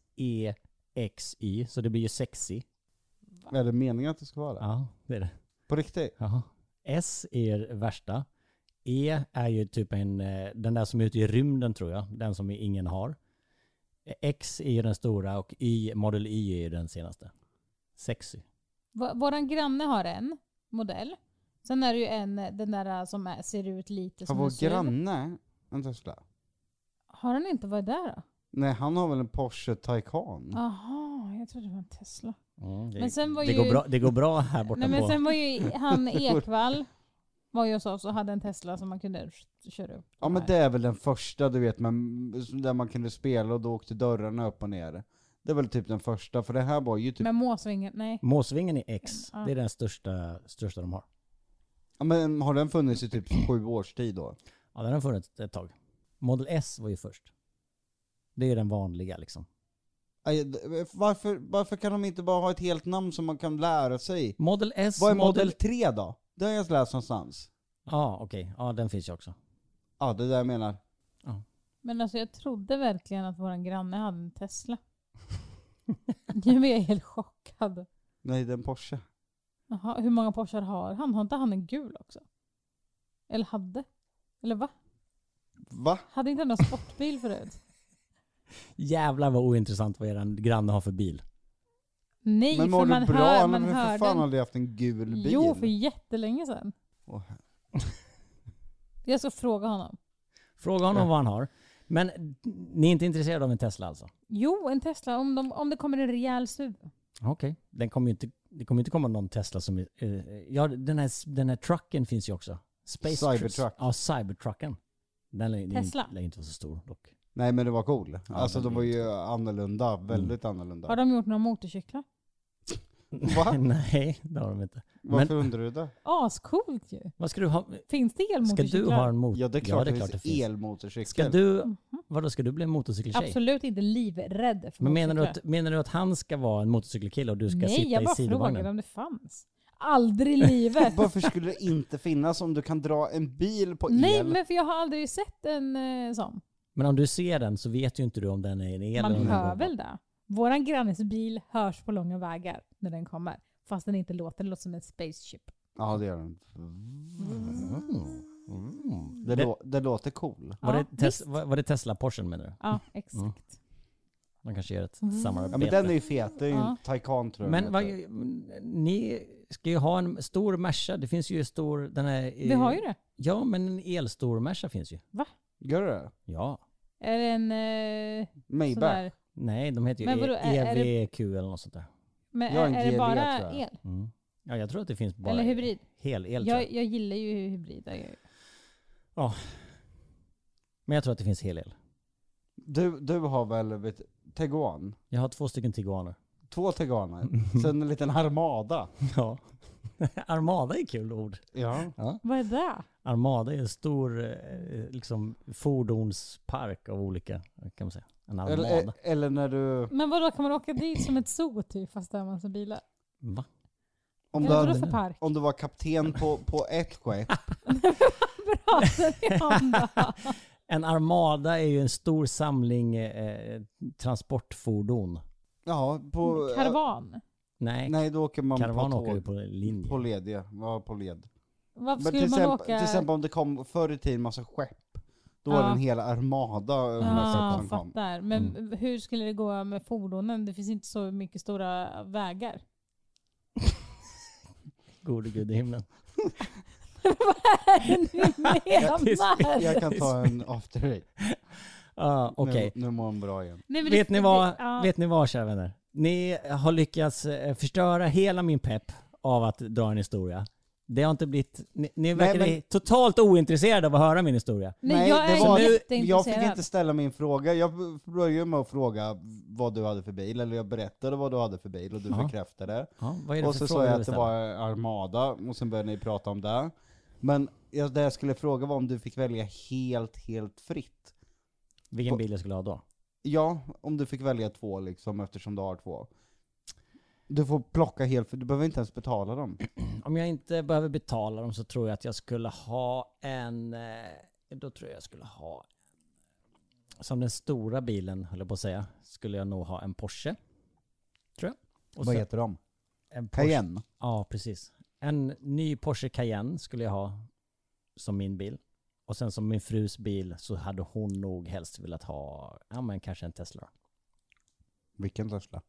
SEXY, så det blir ju sexy. Är det meningen att det ska vara det? Ja, det är det. På riktigt? Jaha. S är värsta. E är ju typ den där som är ute i rymden, tror jag. Den som ingen har. X är ju den stora och Model Y är ju den senaste. Sexy. Våran granne har en modell. Sen är det ju den där som ser ut lite som en SUV. Har vår granne en Tesla? Har han inte varit där då? Nej, han har väl en Porsche Taycan. Aha, jag trodde det var en Tesla. Men sen var det går bra här borta. Nej, men sen var ju han Ekvall var ju så hade en Tesla som man kunde köra upp. Ja, men det är väl den första, du vet, där man kunde spela och då åkte dörrarna upp och ner. Det är väl typ den första, för det här var ju typ... Men Måsvingen, nej. Måsvingen är X. Det är den största de har. Ja, men har den funnits i typ 7 års tid då? Ja, den har funnits ett tag. Model S var ju först. Det är den vanliga liksom. Varför kan de inte bara ha ett helt namn som man kan lära sig? Model S. Vad är Model 3 då? Det har jag läst någonstans. Ja, okej. Ja, den finns ju också. Ja, det är det jag menar. Ja. Men alltså jag trodde verkligen att våran granne hade en Tesla. Nu är jag helt chockad. Nej, det är en Porsche. Jaha, hur många Porsche har han? Har inte han en gul också? Eller hade? Eller va? Va? Hade inte han någon sportbil förut? Jävlar vad ointressant vad eran granne har för bil. Nej, men för man bra? hör... Han man har hör för fan aldrig haft en gul bil. Jo, för jättelänge sedan. Jag ska fråga honom. Fråga honom vad han har. Men ni är inte intresserade av en Tesla alltså? Jo, en Tesla. Om det kommer en rejäl SUV. Okej. Det kommer inte komma någon Tesla som... ja, den här trucken finns ju också. Cybertruck. Ja, Cybertrucken. Den Tesla. lär inte vara så stor dock. Nej, men det var cool. Ja, alltså de var ju annorlunda. Väldigt annorlunda. Har de gjort några motorcyklar? Va? Nej, det har de inte. Varför undrar du det? Ascoolt ju. Vad ska du ha? Finns det elmotorcyklar? Ska du ha en motor? Ja, det är klart, det finns elmotorcykel. Ska du bli en motorcykeltjej? Absolut inte livrädd för men motorcyklar. menar du att han ska vara en motorcykelkille och du ska Nej, sitta i jag bara sidovagnen? frågade om det fanns. Aldrig i livet. Varför skulle det inte finnas om du kan dra en bil på el? Nej, men för jag har aldrig sett en sån. Men om du ser den så vet ju inte du om den är en el Man eller hör väl det. Våran grannes bil hörs på långa vägar när den kommer. Fast den inte låter. Den låter som en spaceship. Ja, det gör den. Det låter cool. Var det Tesla Porschen menar du? Ja, exakt. De kanske gör ett samarbete. Ja, men den är ju fet. Det är ju Ja. en Taycan tror jag. Men ni ska ju ha en stor Merca. Det finns ju stor... Den här, Vi har ju det. Ja, men en elstor Merca finns ju. Gör det? Ja. Är det en... Maybach. sådär- Nej, de heter ju Men vadå, är det- EVQ eller något sånt där. Men Jag har en är det GLE, bara tror jag. el? Mm. Ja, jag tror att det finns bara... Eller hybrid? Hel-el tror jag. Jag gillar ju hybrider. Ja. Men jag tror att det finns hel-el. Du har väl Tiguan? Jag har 2 stycken Tiguaner. 2 Tiguaner. Sen en liten Armada. Ja. Armada är kul ord. Ja. Vad är det? Armada är en stor liksom, fordonspark av olika, kan man säga. En armada. Eller när du... Men vadå, kan man åka dit som ett zoo typ fast där är massa bilar? Va? Om Eller du, vadå hade, för park? om du var kapten på ett skepp. Bra, den är Honda. En armada är ju en stor samling transportfordon. Ja, på... Karavan. Nej, Nej, då åker man karavan på åker ju tåg. på linje. På led, ja. Ja, på led. Varför Men skulle man åka... till exempel om det kom förr i tiden massa skepp. Då var Ja. det en hel armada med skepp som kom. fattar. Men hur skulle det gå med fordonen? Det finns inte så mycket stora vägar. Gode gud i himlen. Vad är det ni menar? Jag kan ta en after eight. Okej. Nu mår hon bra igen. Nej, men Vet ni vad, ja. vet ni vad, kära vänner? Ni har lyckats förstöra hela min pepp av att dra en historia. Det har inte blivit... Ni verkar men- totalt ointresserade av att höra min historia. Nej, jag det är var- jätteintresserad. Jag fick inte ställa min fråga. Jag började med att fråga vad du hade för bil. Eller jag berättade vad du hade för bil och du Ja. bekräftade. Ja, vad är det Och för så fråga sa jag du att det vill var ställa? Armada. Och sen började ni prata om det. Men det jag skulle fråga var om du fick välja helt fritt. Vilken bil jag skulle ha då? Ja, om du fick välja 2 liksom, eftersom du har 2. Du får plocka helt, för du behöver inte ens betala dem. Om jag inte behöver betala dem så tror jag att jag skulle ha en... Då tror jag skulle ha... Som den stora bilen, höll jag på att säga, skulle jag nog ha en Porsche. Tror jag. Och Vad så- heter de? en Porsche. Cayenne. Ja, precis. En ny Porsche Cayenne skulle jag ha som min bil. Och sen som min frus bil så hade hon nog helst velat ha, ja men kanske en Tesla. Vilken Tesla?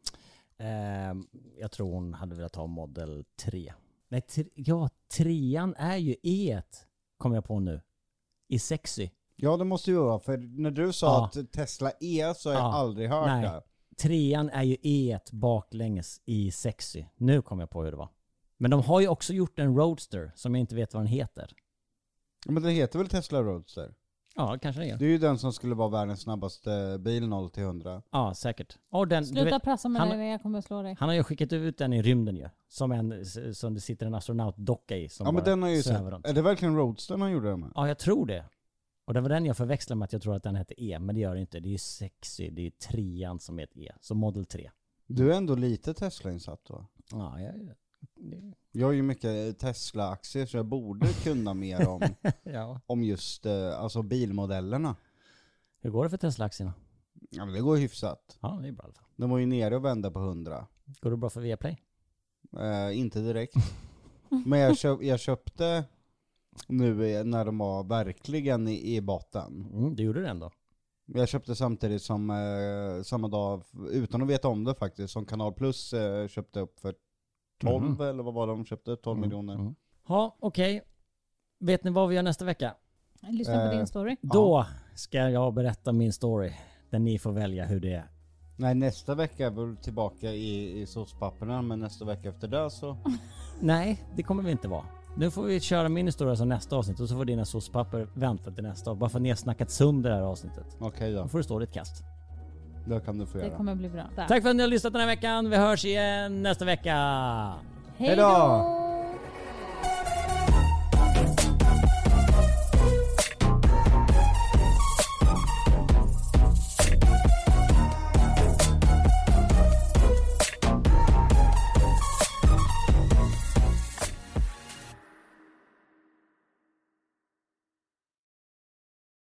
Jag tror hon hade velat ha Model 3. Nej, ja, 3an är ju E1, kom jag på nu. I sexy. Ja, det måste ju vara, för när du sa Ja. att Tesla är så har jag Ja. aldrig hört Nej. det. 3an är ju E1 baklänges i sexy. Nu kom jag på hur det var. Men de har ju också gjort en Roadster som jag inte vet vad den heter. Men det heter väl Tesla Roadster? Ja, kanske det är. Det är ju den som skulle vara världens snabbaste bil 0-100. Ja, säkert. Och den, du Sluta vet, prassa med han- dig när jag kommer att slå dig. han har ju skickat ut den i rymden ju. Som det sitter en astronautdocka i. Som Ja, men bara den har ju sett. svävar runt. Är det verkligen Roadster han gjorde det med? Ja, jag tror det. Och det var den jag förväxlade med att jag tror att den heter E. Men det gör det inte. Det är ju sexy. Det är 3an som heter E. Så Model 3. Du är ändå lite Tesla-insatt då. Ja, Jag har ju mycket Tesla-aktier så jag borde kunna mer ja. om just alltså bilmodellerna. Hur går det för Tesla-aktierna? Ja, men det går hyfsat. Ja, det är bra i alla fall. De var ju nere och vända på 100. Går det bra för Viaplay? Inte direkt. Men jag köpte nu när de var verkligen i botten. Du gjorde det ändå. Jag köpte samtidigt som samma dag, utan att veta om det faktiskt, som Kanal Plus köpte upp för 12 eller vad var det de köpte? 12 miljoner. Ja, okej. Vet ni vad vi gör nästa vecka? Lyssna på din story. Då ska jag berätta min story. Där ni får välja hur det är. Nej, nästa vecka är vi tillbaka i såspapperna, men nästa vecka efter det så... Nej, det kommer vi inte vara. Nu får vi köra min historia som nästa avsnitt och så får dina såspapper vänta till nästa. Bara för att ni har snackat sönder det här avsnittet. Okej då. Då får du stå ditt kast. Det kan du få Det göra. kommer bli bra. Där. Tack för att ni har lyssnat den här veckan. Vi hörs igen nästa vecka. Hej då!